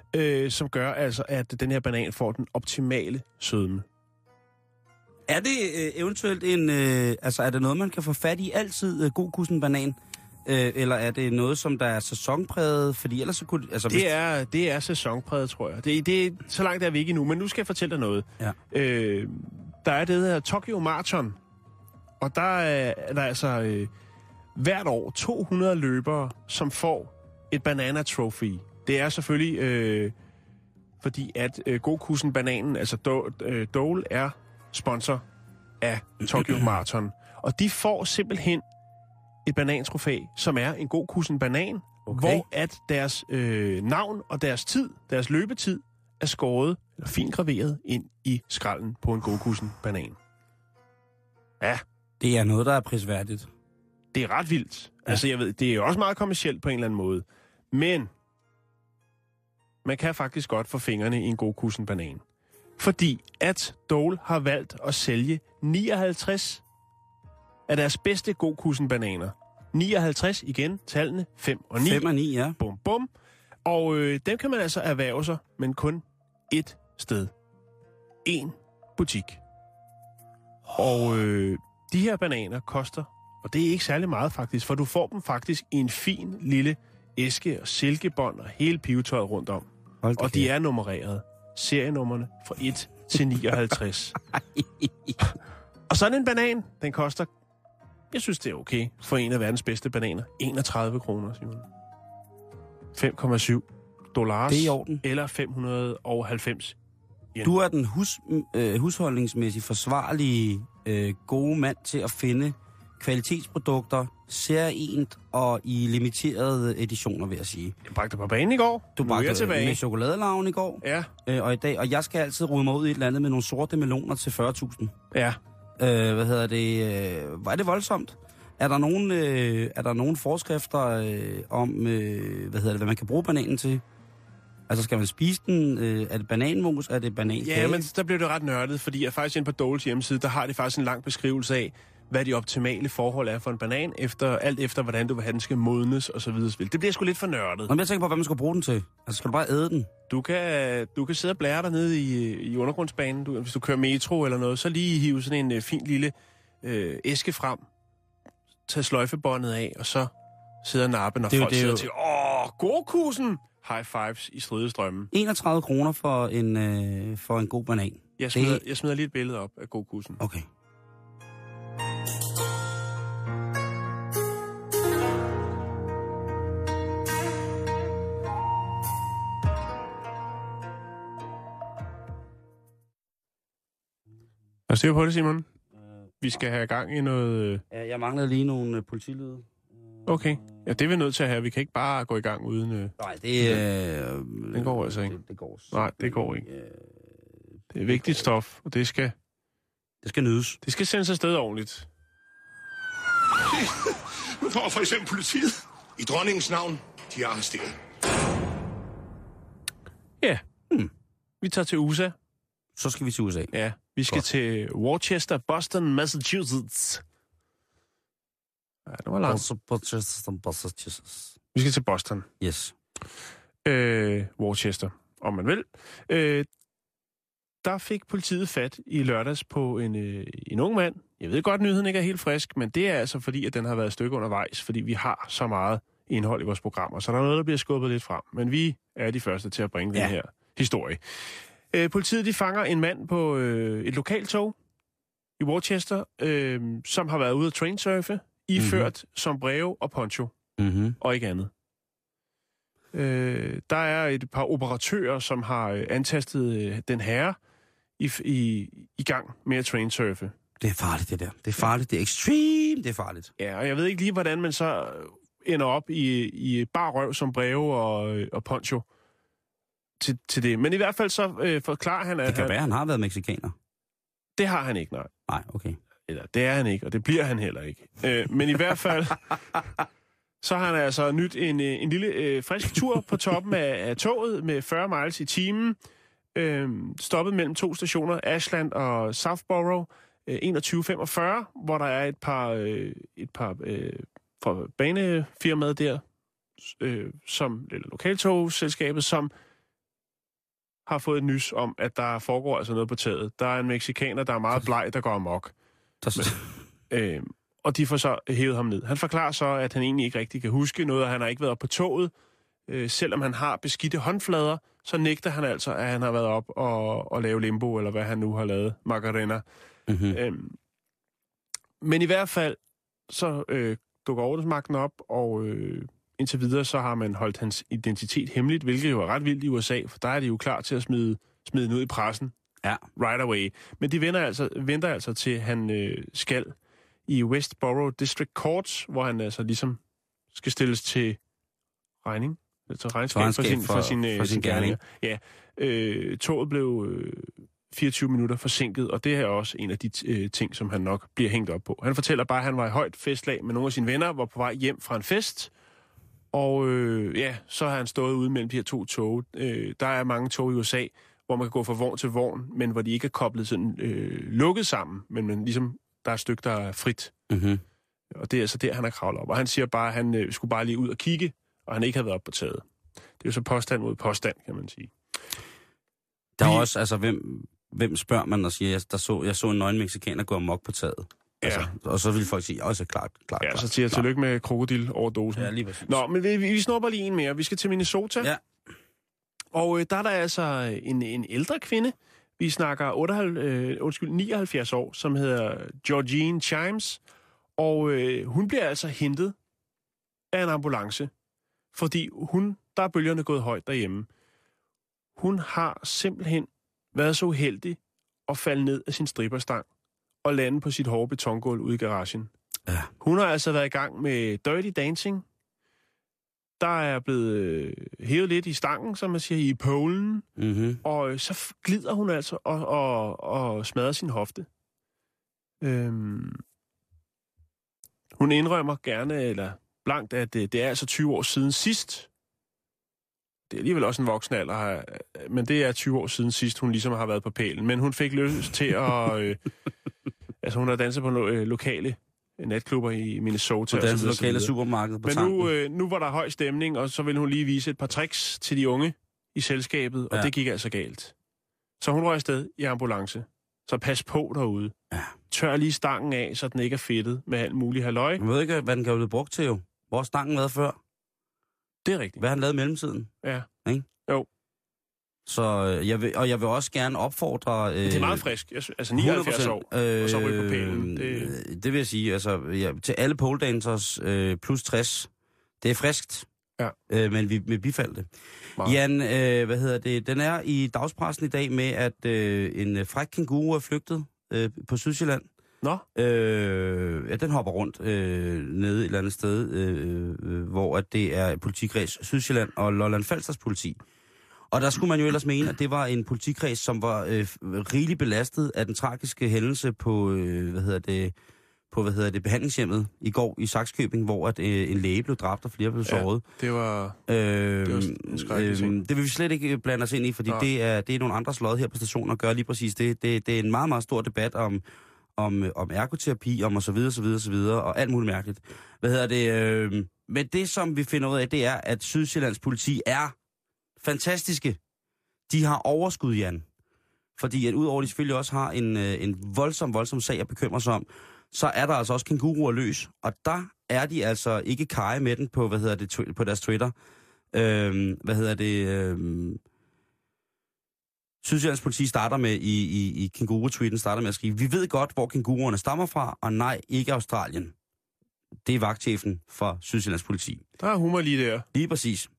som gør altså, at den her banan får den optimale sødme. Er det eventuelt er det noget, man kan få fat i altid, Godkussen banan? Eller er det noget, som der er sæsonpræget? Fordi ellers så kunne... Altså, det er sæsonpræget, tror jeg. Det så langt er vi ikke endnu, men nu skal jeg fortælle dig noget. Ja. Der er det her Tokyo Marathon, og der er der altså hvert år 200 løbere, som får et banana trophy. Det er selvfølgelig fordi, at Godkussen bananen, altså Dole, er sponsor af Tokyo Marathon. Og de får simpelthen et banantrofæ, som er en Godkussen banan, hvor at deres navn og deres tid, deres løbetid, er skåret eller fint graveret ind i skralden på en Godkussen banan. Ja. Det er noget, der er prisværdigt. Det er ret vildt. Ja. Altså, jeg ved, det er jo også meget kommercielt på en eller anden måde. Men man kan faktisk godt få fingrene i en Godkussen banan. Fordi at Dole har valgt at sælge 59 af deres bedste Godkussen bananer. 59 igen, tallene 5 og 9. 5 og 9, ja. Bum, bum. Og dem kan man altså erhverve sig, men kun ét sted. En butik. Og de her bananer koster, og det er ikke særlig meget faktisk, for du får dem faktisk i en fin lille æske og silkebånd og hele pivetøjet rundt om. Og de er nummereret. Serienummerne fra 1 til 59. Og sådan en banan, den koster, jeg synes det er okay, for en af verdens bedste bananer. 31 kroner, Simon. $5,7. Det er i orden. Eller 590 yen. Du er den husholdningsmæssigt forsvarlige gode mand til at finde kvalitetsprodukter, særligt og i limiterede editioner, vil jeg sige. Jeg bragte på banen i går. Du bragte med chokoladelaven i går. Ja. Og i dag, og jeg skal altid rode mig ud i et eller andet med nogle sorte meloner til 40.000. Ja. Var det voldsomt? Er der nogen forskrifter om, hvad man kan bruge bananen til? Altså, skal man spise den? Er det bananmos? Er det banankage? Ja, men der blev det ret nørdet, fordi jeg faktisk inde på Doles hjemmeside, der har de faktisk en lang beskrivelse af, hvad de optimale forhold er for en banan, alt efter hvordan du vil have den skal modnes og så videre. Det bliver sgu lidt for nørdet. Nå, men jeg tænker på, hvad man skal bruge den til. Altså, skal du bare æde den? Du kan sidde og blære dig nede i undergrundsbanen. Hvis du kører metro eller noget, så lige hive sådan en fin lille æske frem, tage sløjfebåndet af, og så sidde og nappe, når folk sidder til, Godkussen! High fives i stridestrømmen. 31 kroner for en god banan. Jeg smider lige et billede op af Godkussen. Okay. Er du styr på det, Simon? Vi skal have gang i noget... Jeg mangler lige nogle politilyde. Okay. Ja, det er vi nødt til at have. Vi kan ikke bare gå i gang uden... Nej, den går altså ikke. Det går. Nej, det går ikke. Det er vigtigt stof, og det skal nydes. Det skal sendes afsted ordentligt. Nu får for eksempel politiet. I dronningens navn, de er arresteret. Ja. Vi tager til USA. Så skal vi til USA. Ja, vi skal til Worcester, Boston, Massachusetts. Ja, det var langt. Vi skal til Boston. Yes. Worcester, om man vil. Der fik politiet fat i lørdags på en ung mand. Jeg ved godt, at nyheden ikke er helt frisk, men det er altså fordi, at den har været et stykke undervejs, fordi vi har så meget indhold i vores programmer, så der er noget, der bliver skubbet lidt frem. Men vi er de første til at bringe den her historie. Politiet de fanger en mand på et lokaltog i Worcester, som har været ude at trainsurfe, iført som breve og poncho, og ikke andet. Der er et par operatører, som har antastet den herre i gang med at trainsurfe. Det er farligt, det der. Det er farligt. Det er ekstremt. Det er farligt. Ja, og jeg ved ikke lige, hvordan man så ender op i bar røv som breve og poncho til det. Men i hvert fald så forklarer han, at det kan være, han har været meksikaner. Det har han ikke, nej. Nej, okay. Eller det er han ikke, og det bliver han heller ikke. Men i hvert fald, så har han altså nyt en lille frisk tur på toppen af toget med 40 miles i timen. Stoppet mellem 2 stationer, Ashland og Southborough, 21:45, hvor der er et par fra banefirmaet der, eller lokaltogselskabet, som har fået et nys om, at der foregår altså noget på taget. Der er en mexikaner, der er meget bleg, der går amok. Og de får så hævet ham ned. Han forklarer så, at han egentlig ikke rigtig kan huske noget, og han har ikke været op på toget. Selvom han har beskidte håndflader, så nægter han altså, at han har været op og lave limbo, eller hvad han nu har lavet, Macarena. Mm-hmm. Men i hvert fald, så dukker ordensmagten op, og indtil videre, så har man holdt hans identitet hemmeligt, hvilket jo er ret vildt i USA, for der er de jo klar til at smide den ud i pressen. Ja. Right away. Men de venter altså til han skal i Westboro District Court, hvor han altså ligesom skal stilles til regning. Til regnskab for sin gerninger. Ja. Toget blev 24 minutter forsinket, og det er også en af de ting, som han nok bliver hængt op på. Han fortæller bare, at han var i højt festlag med nogle af sine venner, var på vej hjem fra en fest, og så har han stået ude mellem de her to tog. Der er mange tog i USA, hvor man kan gå fra vogn til vogn, men hvor de ikke er koblet sådan lukket sammen, men ligesom der er et stykke, der er frit. Mm-hmm. Og det er altså der, han er kravlet op. Og han siger bare, at han skulle bare lige ud og kigge, og han ikke havde været op på taget. Det er jo så påstand mod påstand, kan man sige. Der er også, altså, hvem spørger man og siger, jeg så en nøgen mexikaner gå amok på taget. Ja. Altså, og så vil folk sige, også klart. Ja, så siger jeg tillykke med krokodil-overdosen. Ja, lige præcis. Nå, men vi snupper lige en mere. Vi skal til Minnesota. Ja. Og der er der altså en ældre kvinde. Vi snakker 79 år, som hedder Georgine Chimes. Og hun bliver altså hentet af en ambulance, fordi der er bølgerne gået højt derhjemme. Hun har simpelthen været så uheldig at falde ned af sin stripperstang og lande på sit hårde betongulv ude i garagen. Ja. Hun har altså været i gang med Dirty Dancing. Der er blevet hævet lidt i stangen, som man siger, i polen. Mm-hmm. Og så glider hun altså og smadrer sin hofte. Hun indrømmer gerne, eller blankt, at det er altså 20 år siden sidst. Det er alligevel også en voksen alder, men det er 20 år siden sidst, hun ligesom har været på pælen. Men hun fik lyst til at... altså, hun har danset på lokale natklubber i Minnesota. På danset lokale supermarked på tanken. Men nu var der høj stemning, og så ville hun lige vise et par tricks til de unge i selskabet, og det gik altså galt. Så hun røg afsted i ambulance. Så pas på derude. Ja. Tør lige stangen af, så den ikke er fedtet med alt muligt halløj. Jeg ved ikke, hvad den kan blive brugt til jo. Hvor har stangen været før? Det er rigtigt. Hvad har han lavet i mellemtiden? Ja. Ikke? Jo. Så jeg vil også gerne opfordre... det er meget frisk. Altså 79 år, og så ryge på pælen. Det vil jeg sige, altså til alle pole dancers plus 60. Det er friskt. Ja. Men vi vil bifalde det. Wow. Jan, den er i dagspressen i dag med, at en fræk kænguru er flygtet på Sydsjælland. Nå? Den hopper rundt nede et eller andet sted, hvor at det er politikreds Sydsjælland og Lolland Falsters politi. Og der skulle man jo ellers mene, at det var en politikreds, som var rigeligt belastet af den tragiske hændelse på, behandlingshjemmet i går i Sakskøbing, hvor at, en læge blev dræbt og flere blev såret. Det var en skrækkelig ting. Det vil vi slet ikke blande os ind i, fordi det er nogle andre sløjet her på stationen og gør lige præcis det. Det er en meget, meget stor debat om ergoterapi, om og så videre, og alt muligt mærkeligt. Men det, som vi finder ud af, det er, at Sydsjællands politi er fantastiske. De har overskud, Jan. Fordi at udover de selvfølgelig også har en voldsom sag at bekymre sig om, så er der altså også kænguruer løs. Og der er de altså ikke kaje med den på, på deres Twitter. Sydsjællands politi starter med, i kænguru-tweeten starter med at skrive, vi ved godt, hvor kænguruerne stammer fra, og nej, ikke Australien. Det er vagtchefen for Sydsjællands politi. Der er humor lige der. Lige præcis.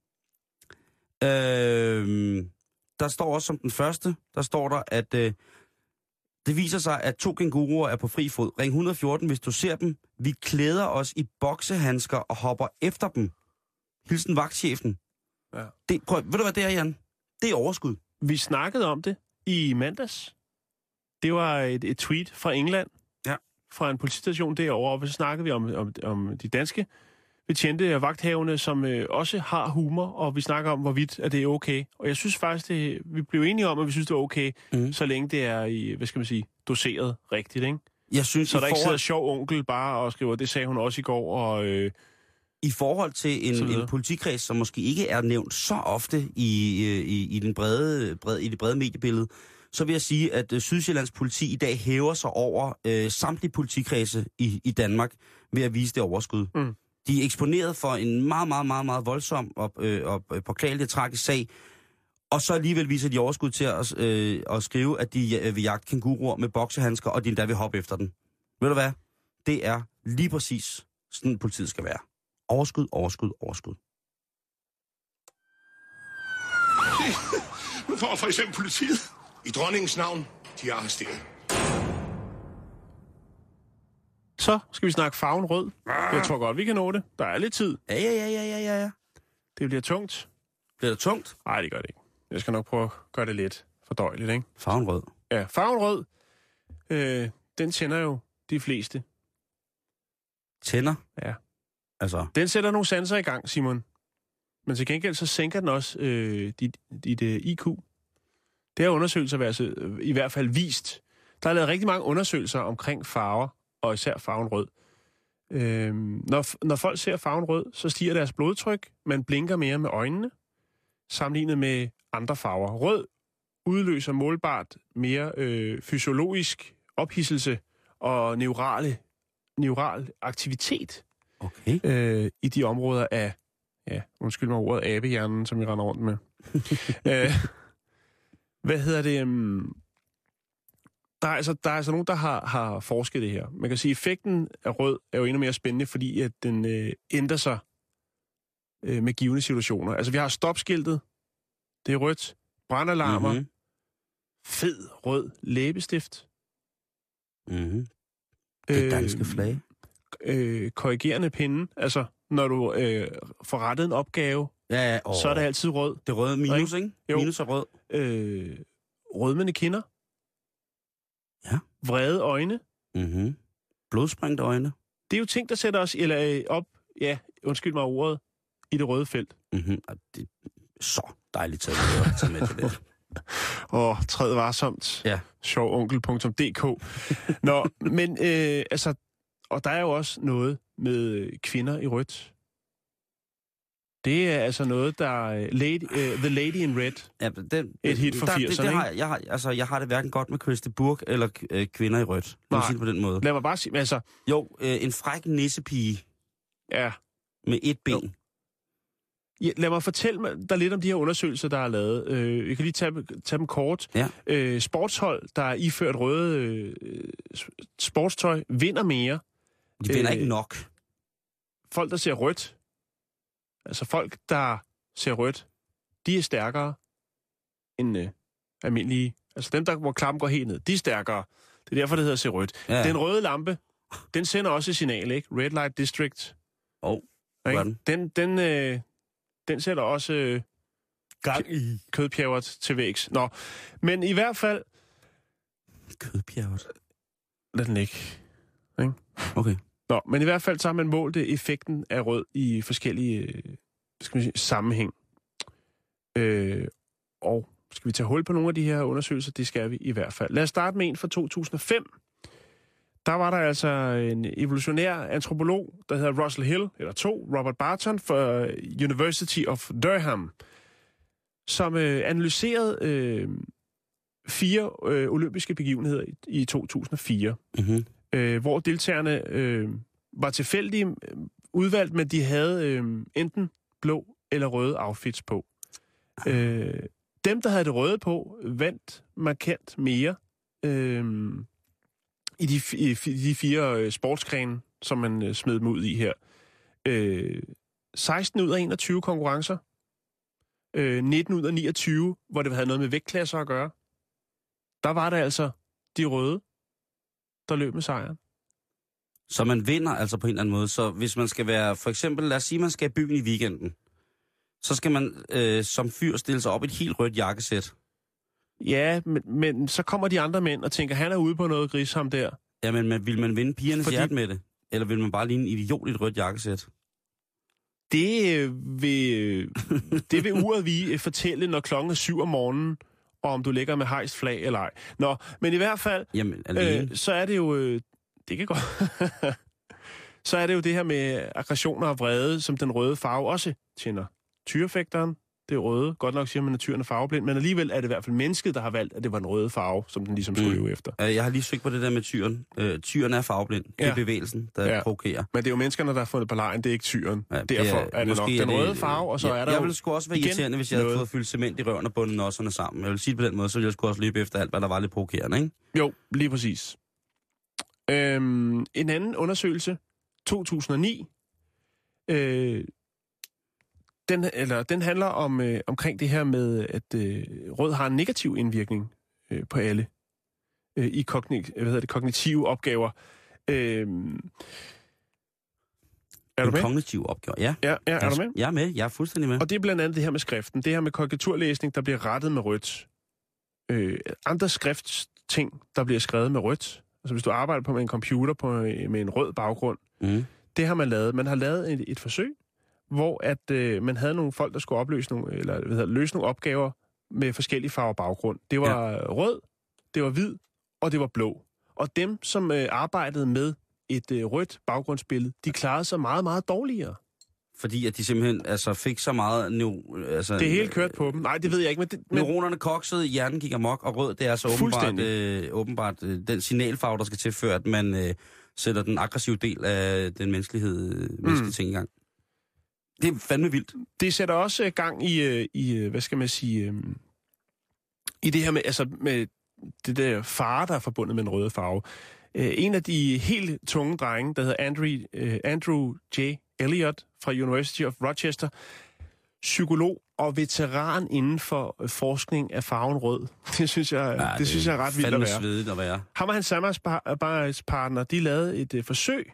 Der står også som den første, der står der, at det viser sig, at 2 kænguruer er på fri fod. Ring 114, hvis du ser dem. Vi klæder os i boksehandsker og hopper efter dem. Hilsen vagtchefen. Ja. Ved du hvad det er, Jan? Det er overskud. Vi snakkede om det i mandags. Det var et tweet fra England. Ja. Fra en politistation derovre, og så snakkede vi om de danske betjente og vagthavende, som også har humor, og vi snakker om, hvorvidt at det er okay. Og jeg synes faktisk, vi blev enige om, at vi synes, det er okay, så længe det er i, doseret rigtigt, ikke? Jeg synes, så der ikke sidder sjov onkel bare og skriver, det sagde hun også i går, og I forhold til en politikreds, som måske ikke er nævnt så ofte i det brede mediebillede, så vil jeg sige, at Sydsjællands politi i dag hæver sig over samtlige politikredse i Danmark ved at vise det overskud. Mm. De er eksponeret for en meget, meget, meget, meget voldsom og påklagelig tragisk sag, og så alligevel viser de overskud til at skrive, at de vil jagte kænguruer med boksehandsker, og de endda vil hoppe efter den. Ved du hvad? Det er lige præcis sådan, politiet skal være. Overskud, overskud, overskud. Nu får for eksempel politiet i dronningens navn, de er arresteret. Så skal vi snakke farven rød. Jeg tror godt, vi kan nå det. Der er lidt tid. Ja. Det bliver tungt. Bliver det tungt? Nej, det gør det ikke. Jeg skal nok prøve at gøre det lidt fordøjeligt, ikke? Farven rød. Ja, farven rød, den tænder jo de fleste. Tænder? Ja. Altså? Den sætter nogle sanser i gang, Simon. Men til gengæld så sænker den også dit IQ. Det har undersøgelser i hvert fald vist. Der er lavet rigtig mange undersøgelser omkring farver, og især farven rød. Når folk ser farven rød, så stiger deres blodtryk, man blinker mere med øjnene, sammenlignet med andre farver. Rød udløser målbart mere fysiologisk ophidselse og neural aktivitet i de områder af, ja, undskyld mig ordet, abehjernen, som vi render rundt med. Der er altså nogen, der har forsket det her. Man kan sige, at effekten af rød er jo endnu mere spændende, fordi at den ændrer sig med givne situationer. Altså, vi har stopskiltet. Det er rødt. Brandalarmer. Mm-hmm. Fed rød læbestift. Mm-hmm. Det danske flag. Korrigerende pinde. Altså, når du får rettet en opgave, så er det altid rød. Det røde minus, ikke? Jo. Minus og rød. Rødmende kinder. Ja. Vrede øjne. Mhm. Blodsprængte øjne. Det er jo ting, der sætter os op, ja, undskyld mig ordet, i det røde felt. Mhm. Det er så dejligt at tage med til det. Træd varsomt. Ja. Sjovonkel.dk. Nå, men altså, og der er jo også noget med kvinder i rødt. Det er altså noget, der The Lady in Red. Ja, et hit for 80'erne, jeg har det hverken godt med Christy Burke eller kvinder i rødt. Lad mig sige det på den måde. Lad mig bare sige, altså... Jo, en fræk nissepige. Ja. Med et ben. Jo. Ja, lad mig fortælle dig lidt om de her undersøgelser, der er lavet. Jeg kan lige tage dem kort. Ja. Sportshold, der er iført røde sportstøj, vinder mere. De vinder ikke nok. Folk, der ser rødt, altså folk, der ser rødt, de er stærkere end almindelige. Altså dem, hvor klappen går helt ned, de er stærkere. Det er derfor, det hedder se rødt. Ja. Den røde lampe, den sender også et signal, ikke? Red Light District. Den sætter også gang i kødpjævret til vægs. Nå, men i hvert fald... Kødpjævret? Lad den ligge. Ikke? Okay. Nå, men i hvert fald så har man målt effekten af rød i forskellige sammenhæng. Og skal vi tage hul på nogle af de her undersøgelser? Det skal vi i hvert fald. Lad os starte med en fra 2005. Der var der altså en evolutionær antropolog, der hedder Russell Hill, Robert Barton fra University of Durham, som analyserede 4 olympiske begivenheder i 2004. Mm-hmm. Hvor deltagerne var tilfældige udvalgt, men de havde enten blå eller røde outfits på. Dem, der havde det røde på, vandt markant mere i de 4 sportsgrene, som man smed dem ud i her. 16 ud af 21 konkurrencer. 19 ud af 29, hvor det havde noget med vægtklasser at gøre. Der var det altså de røde, der løb med sejren. Så man vinder altså på en eller anden måde. Så hvis man skal være, for eksempel, lad os sige, man skal i byen i weekenden, så skal man som fyr stille sig op et helt rødt jakkesæt. Ja, men så kommer de andre mænd og tænker, han er ude på noget gris, ham der. Ja, men vil man vinde pigernes hjerte med det? Eller vil man bare ligne en idiot i et rødt jakkesæt? Det vil uret vi fortælle, når klokken er 7 om morgenen, og om du ligger med hejst flag eller ej. Nå, men i hvert fald, jamen, så er det jo... det kan godt... så er det jo det her med aggressioner og vrede, som den røde farve også tænder. Tyrefægteren, det er røde. Godt nok siger man, at tyren er farveblind, men alligevel er det i hvert fald mennesket, der har valgt, at det var en røde farve, som den ligesom skulle leve efter. Jeg har lige søgt på det der med tyren. Tyren er farveblind. Det er bevægelsen, der provokerer. Men det er jo menneskerne, der har fundet på lejen, det er ikke tyren. Ja, derfor er det nok den røde farve, og så er der jeg ville sgu også være irriterende, hvis jeg havde fået fyldt cement i røven og bundet nosserne sammen. Jeg vil sige det på den måde, så ville jeg sgu også løbe efter alt, hvad der var lidt provokerende, ikke? Jo, lige præcis. En anden undersøgelse, 2009, den handler omkring det her med, at rød har en negativ indvirkning på alle i kognitive opgaver. Er du med? Kognitive opgaver, ja. Ja, er du med? Jeg er med, jeg er fuldstændig med. Og det er blandt andet det her med skriften. Det her med korrekturlæsning, der bliver rettet med rødt. Andre skriftsting, der bliver skrevet med rødt. Altså hvis du arbejder på med en computer med en rød baggrund, det har man lavet. Man har lavet et forsøg, hvor at man havde nogle folk, der skulle løse nogle opgaver med forskellige farver baggrund. Det var rød, det var hvid, og det var blå. Og dem, som arbejdede med et rødt baggrundsbillede, de klarede sig meget, meget dårligere. Fordi at de simpelthen fik så meget... det er helt kørt på dem. Nej, det ved jeg ikke. Men neuronerne koksede, hjernen gik amok, og rød, det er så åbenbart den signalfarve, der skal til, før at man sætter den aggressive del af den menneskelige ting i gang. Det er fandme vildt. Det sætter også gang i hvad skal man sige, i det her med det der fare, der er forbundet med en røde farve. En af de helt tunge drenge, der hedder Andrew J. Elliot fra University of Rochester, psykolog og veteran inden for forskning af farven rød. Det synes jeg er ret vildt at være. Svedigt at være. Ham og hans samarbejdspartner, de lavede et forsøg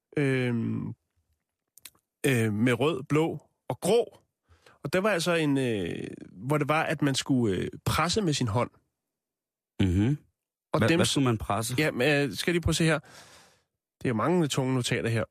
med rød, blå og grå. Og der var altså hvor det var, at man skulle presse med sin hånd. Mhm. Og hvad skulle man presse? Ja, men skal lige prøve at se her. Det er mange tunge notater her.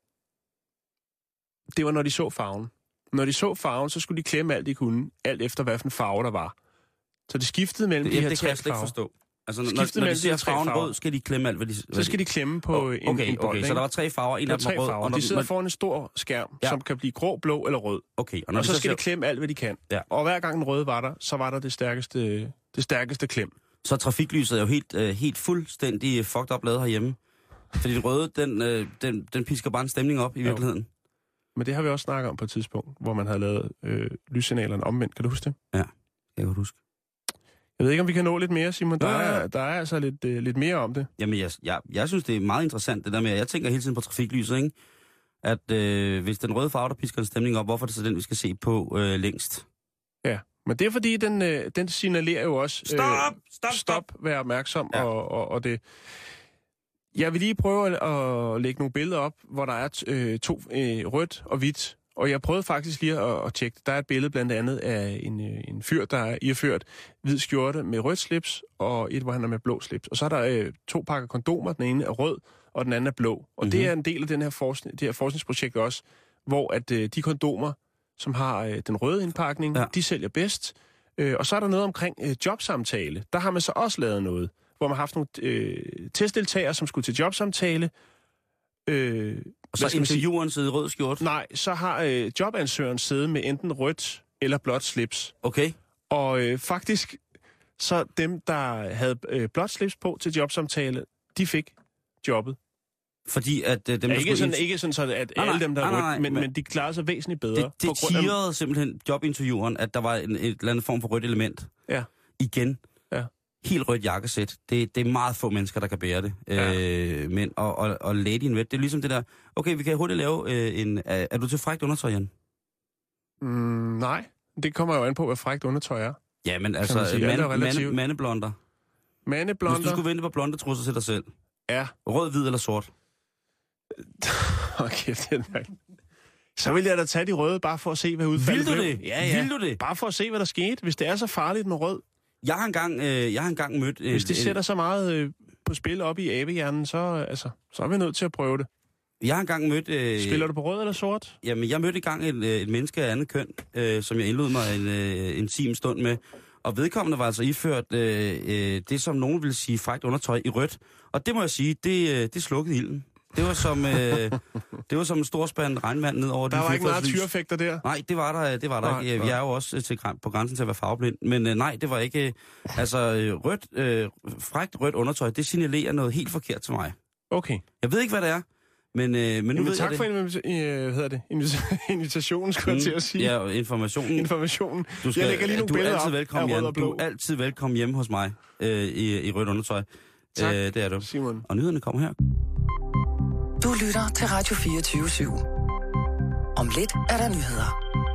Det var, når de så farven. Når de så farven, så skulle de klemme alt, de kunne, alt efter, hvad for en farve der var. Så det skiftede mellem de her tre farver. Det kan jeg slet ikke forstå. Altså, når de ser farven rød, skal de klemme alt, hvad de... Så skal de klemme på en bold. Okay, så der var 3 farver, en af dem var rød. Og de sidder foran en stor skærm, som kan blive grå, blå eller rød. Okay, og så skal de klemme alt, hvad de kan. Ja. Og hver gang den røde var der, så var der det stærkeste klem. Så trafiklyset er jo helt fuldstændig fucked up lavet herhjemme. Fordi den røde, den pisker bare en stemning op i virkeligheden. Men det har vi også snakket om på et tidspunkt, hvor man havde lavet lyssignalerne omvendt. Kan du huske det? Ja, jeg kan huske. Jeg ved ikke, om vi kan nå lidt mere, Simon. Der er altså lidt mere om det. Jamen, jeg synes, det er meget interessant, det der med, jeg tænker hele tiden på trafiklyset, ikke? At hvis den røde farve, der pisker en stemning op, hvorfor er det så den, vi skal se på længst? Ja, men det er fordi, den signalerer jo også... Stop! Vær opmærksom, ja. og det... Jeg vil lige prøve at lægge nogle billeder op, hvor der er to rødt og hvidt. Og jeg prøvede faktisk lige at tjekke. Der er et billede blandt andet af en fyr, der er iført hvid skjorte med rødt slips, og et, hvor han er med blå slips. Og så er der 2 pakker kondomer. Den ene er rød, og den anden er blå. Og det er en del af det her forskningsprojekt også, hvor at de kondomer, som har den røde indpakning, de sælger bedst. Og så er der noget omkring jobsamtale. Der har man så også lavet noget, hvor man har haft nogle testdeltagere, som skulle til jobsamtale. Og så intervieweren sidder i rød skjort? Nej, så har jobansøgeren siddet med enten rødt eller blåt slips. Okay. Og faktisk, så dem, der havde blåt slips på til jobsamtale, de fik jobbet. Fordi at dem, der ikke sådan, at alle dem, der er rødt, men de klarede sig væsentligt bedre. Det tirrede simpelthen jobintervieweren, at der var et eller andet form for rødt element. Ja. Igen. Ja. Helt rødt jakkesæt. Det er meget få mennesker, der kan bære det. Ja. Men og lady in red, det er ligesom det der... Okay, vi kan hurtigt lave en... Er du til frækt undertøj, Jan? Nej, det kommer jo an på, hvad frækt undertøj er. Ja, men altså... Mandeblonder. Mandeblonder. Hvis du skulle vente på blonde trusser til dig selv. Ja. Rød, hvid eller sort? Okay, så vil jeg da tage de røde, bare for at se, hvad udfaldet blev. Vil du det? Ja. Vil du det? Bare for at se, hvad der skete, hvis det er så farligt med rød. Jeg har engang mødt... Hvis det sætter så meget på spil op i abehjernen, så er vi nødt til at prøve det. Jeg har engang mødt... Spiller du på rød eller sort? Jamen, jeg mødte engang et menneske af andet køn, som jeg indlod mig en intim stund med. Og vedkommende var altså iført det, som nogen vil sige frækt undertøj i rødt. Og det må jeg sige, det slukkede ilden. Det var som en stor spand regnvand ned over. Der var ikke meget tyrefægter der? Nej, det var der ikke. Vi er jo også på grænsen til at være farveblind. Men nej, det var ikke... frækt rødt undertøj, det signalerer noget helt forkert til mig. Okay. Jeg ved ikke, hvad det er. Men nu ved tak jeg for invitationen, skulle jeg til at sige. Ja, informationen. Jeg lægger lige nogle billeder op af rød og blå. Du er altid velkommen hjemme hos mig i rødt undertøj. Tak, det er du. Simon. Og nyhederne kommer her. Du lytter til Radio 24/7. Om lidt er der nyheder.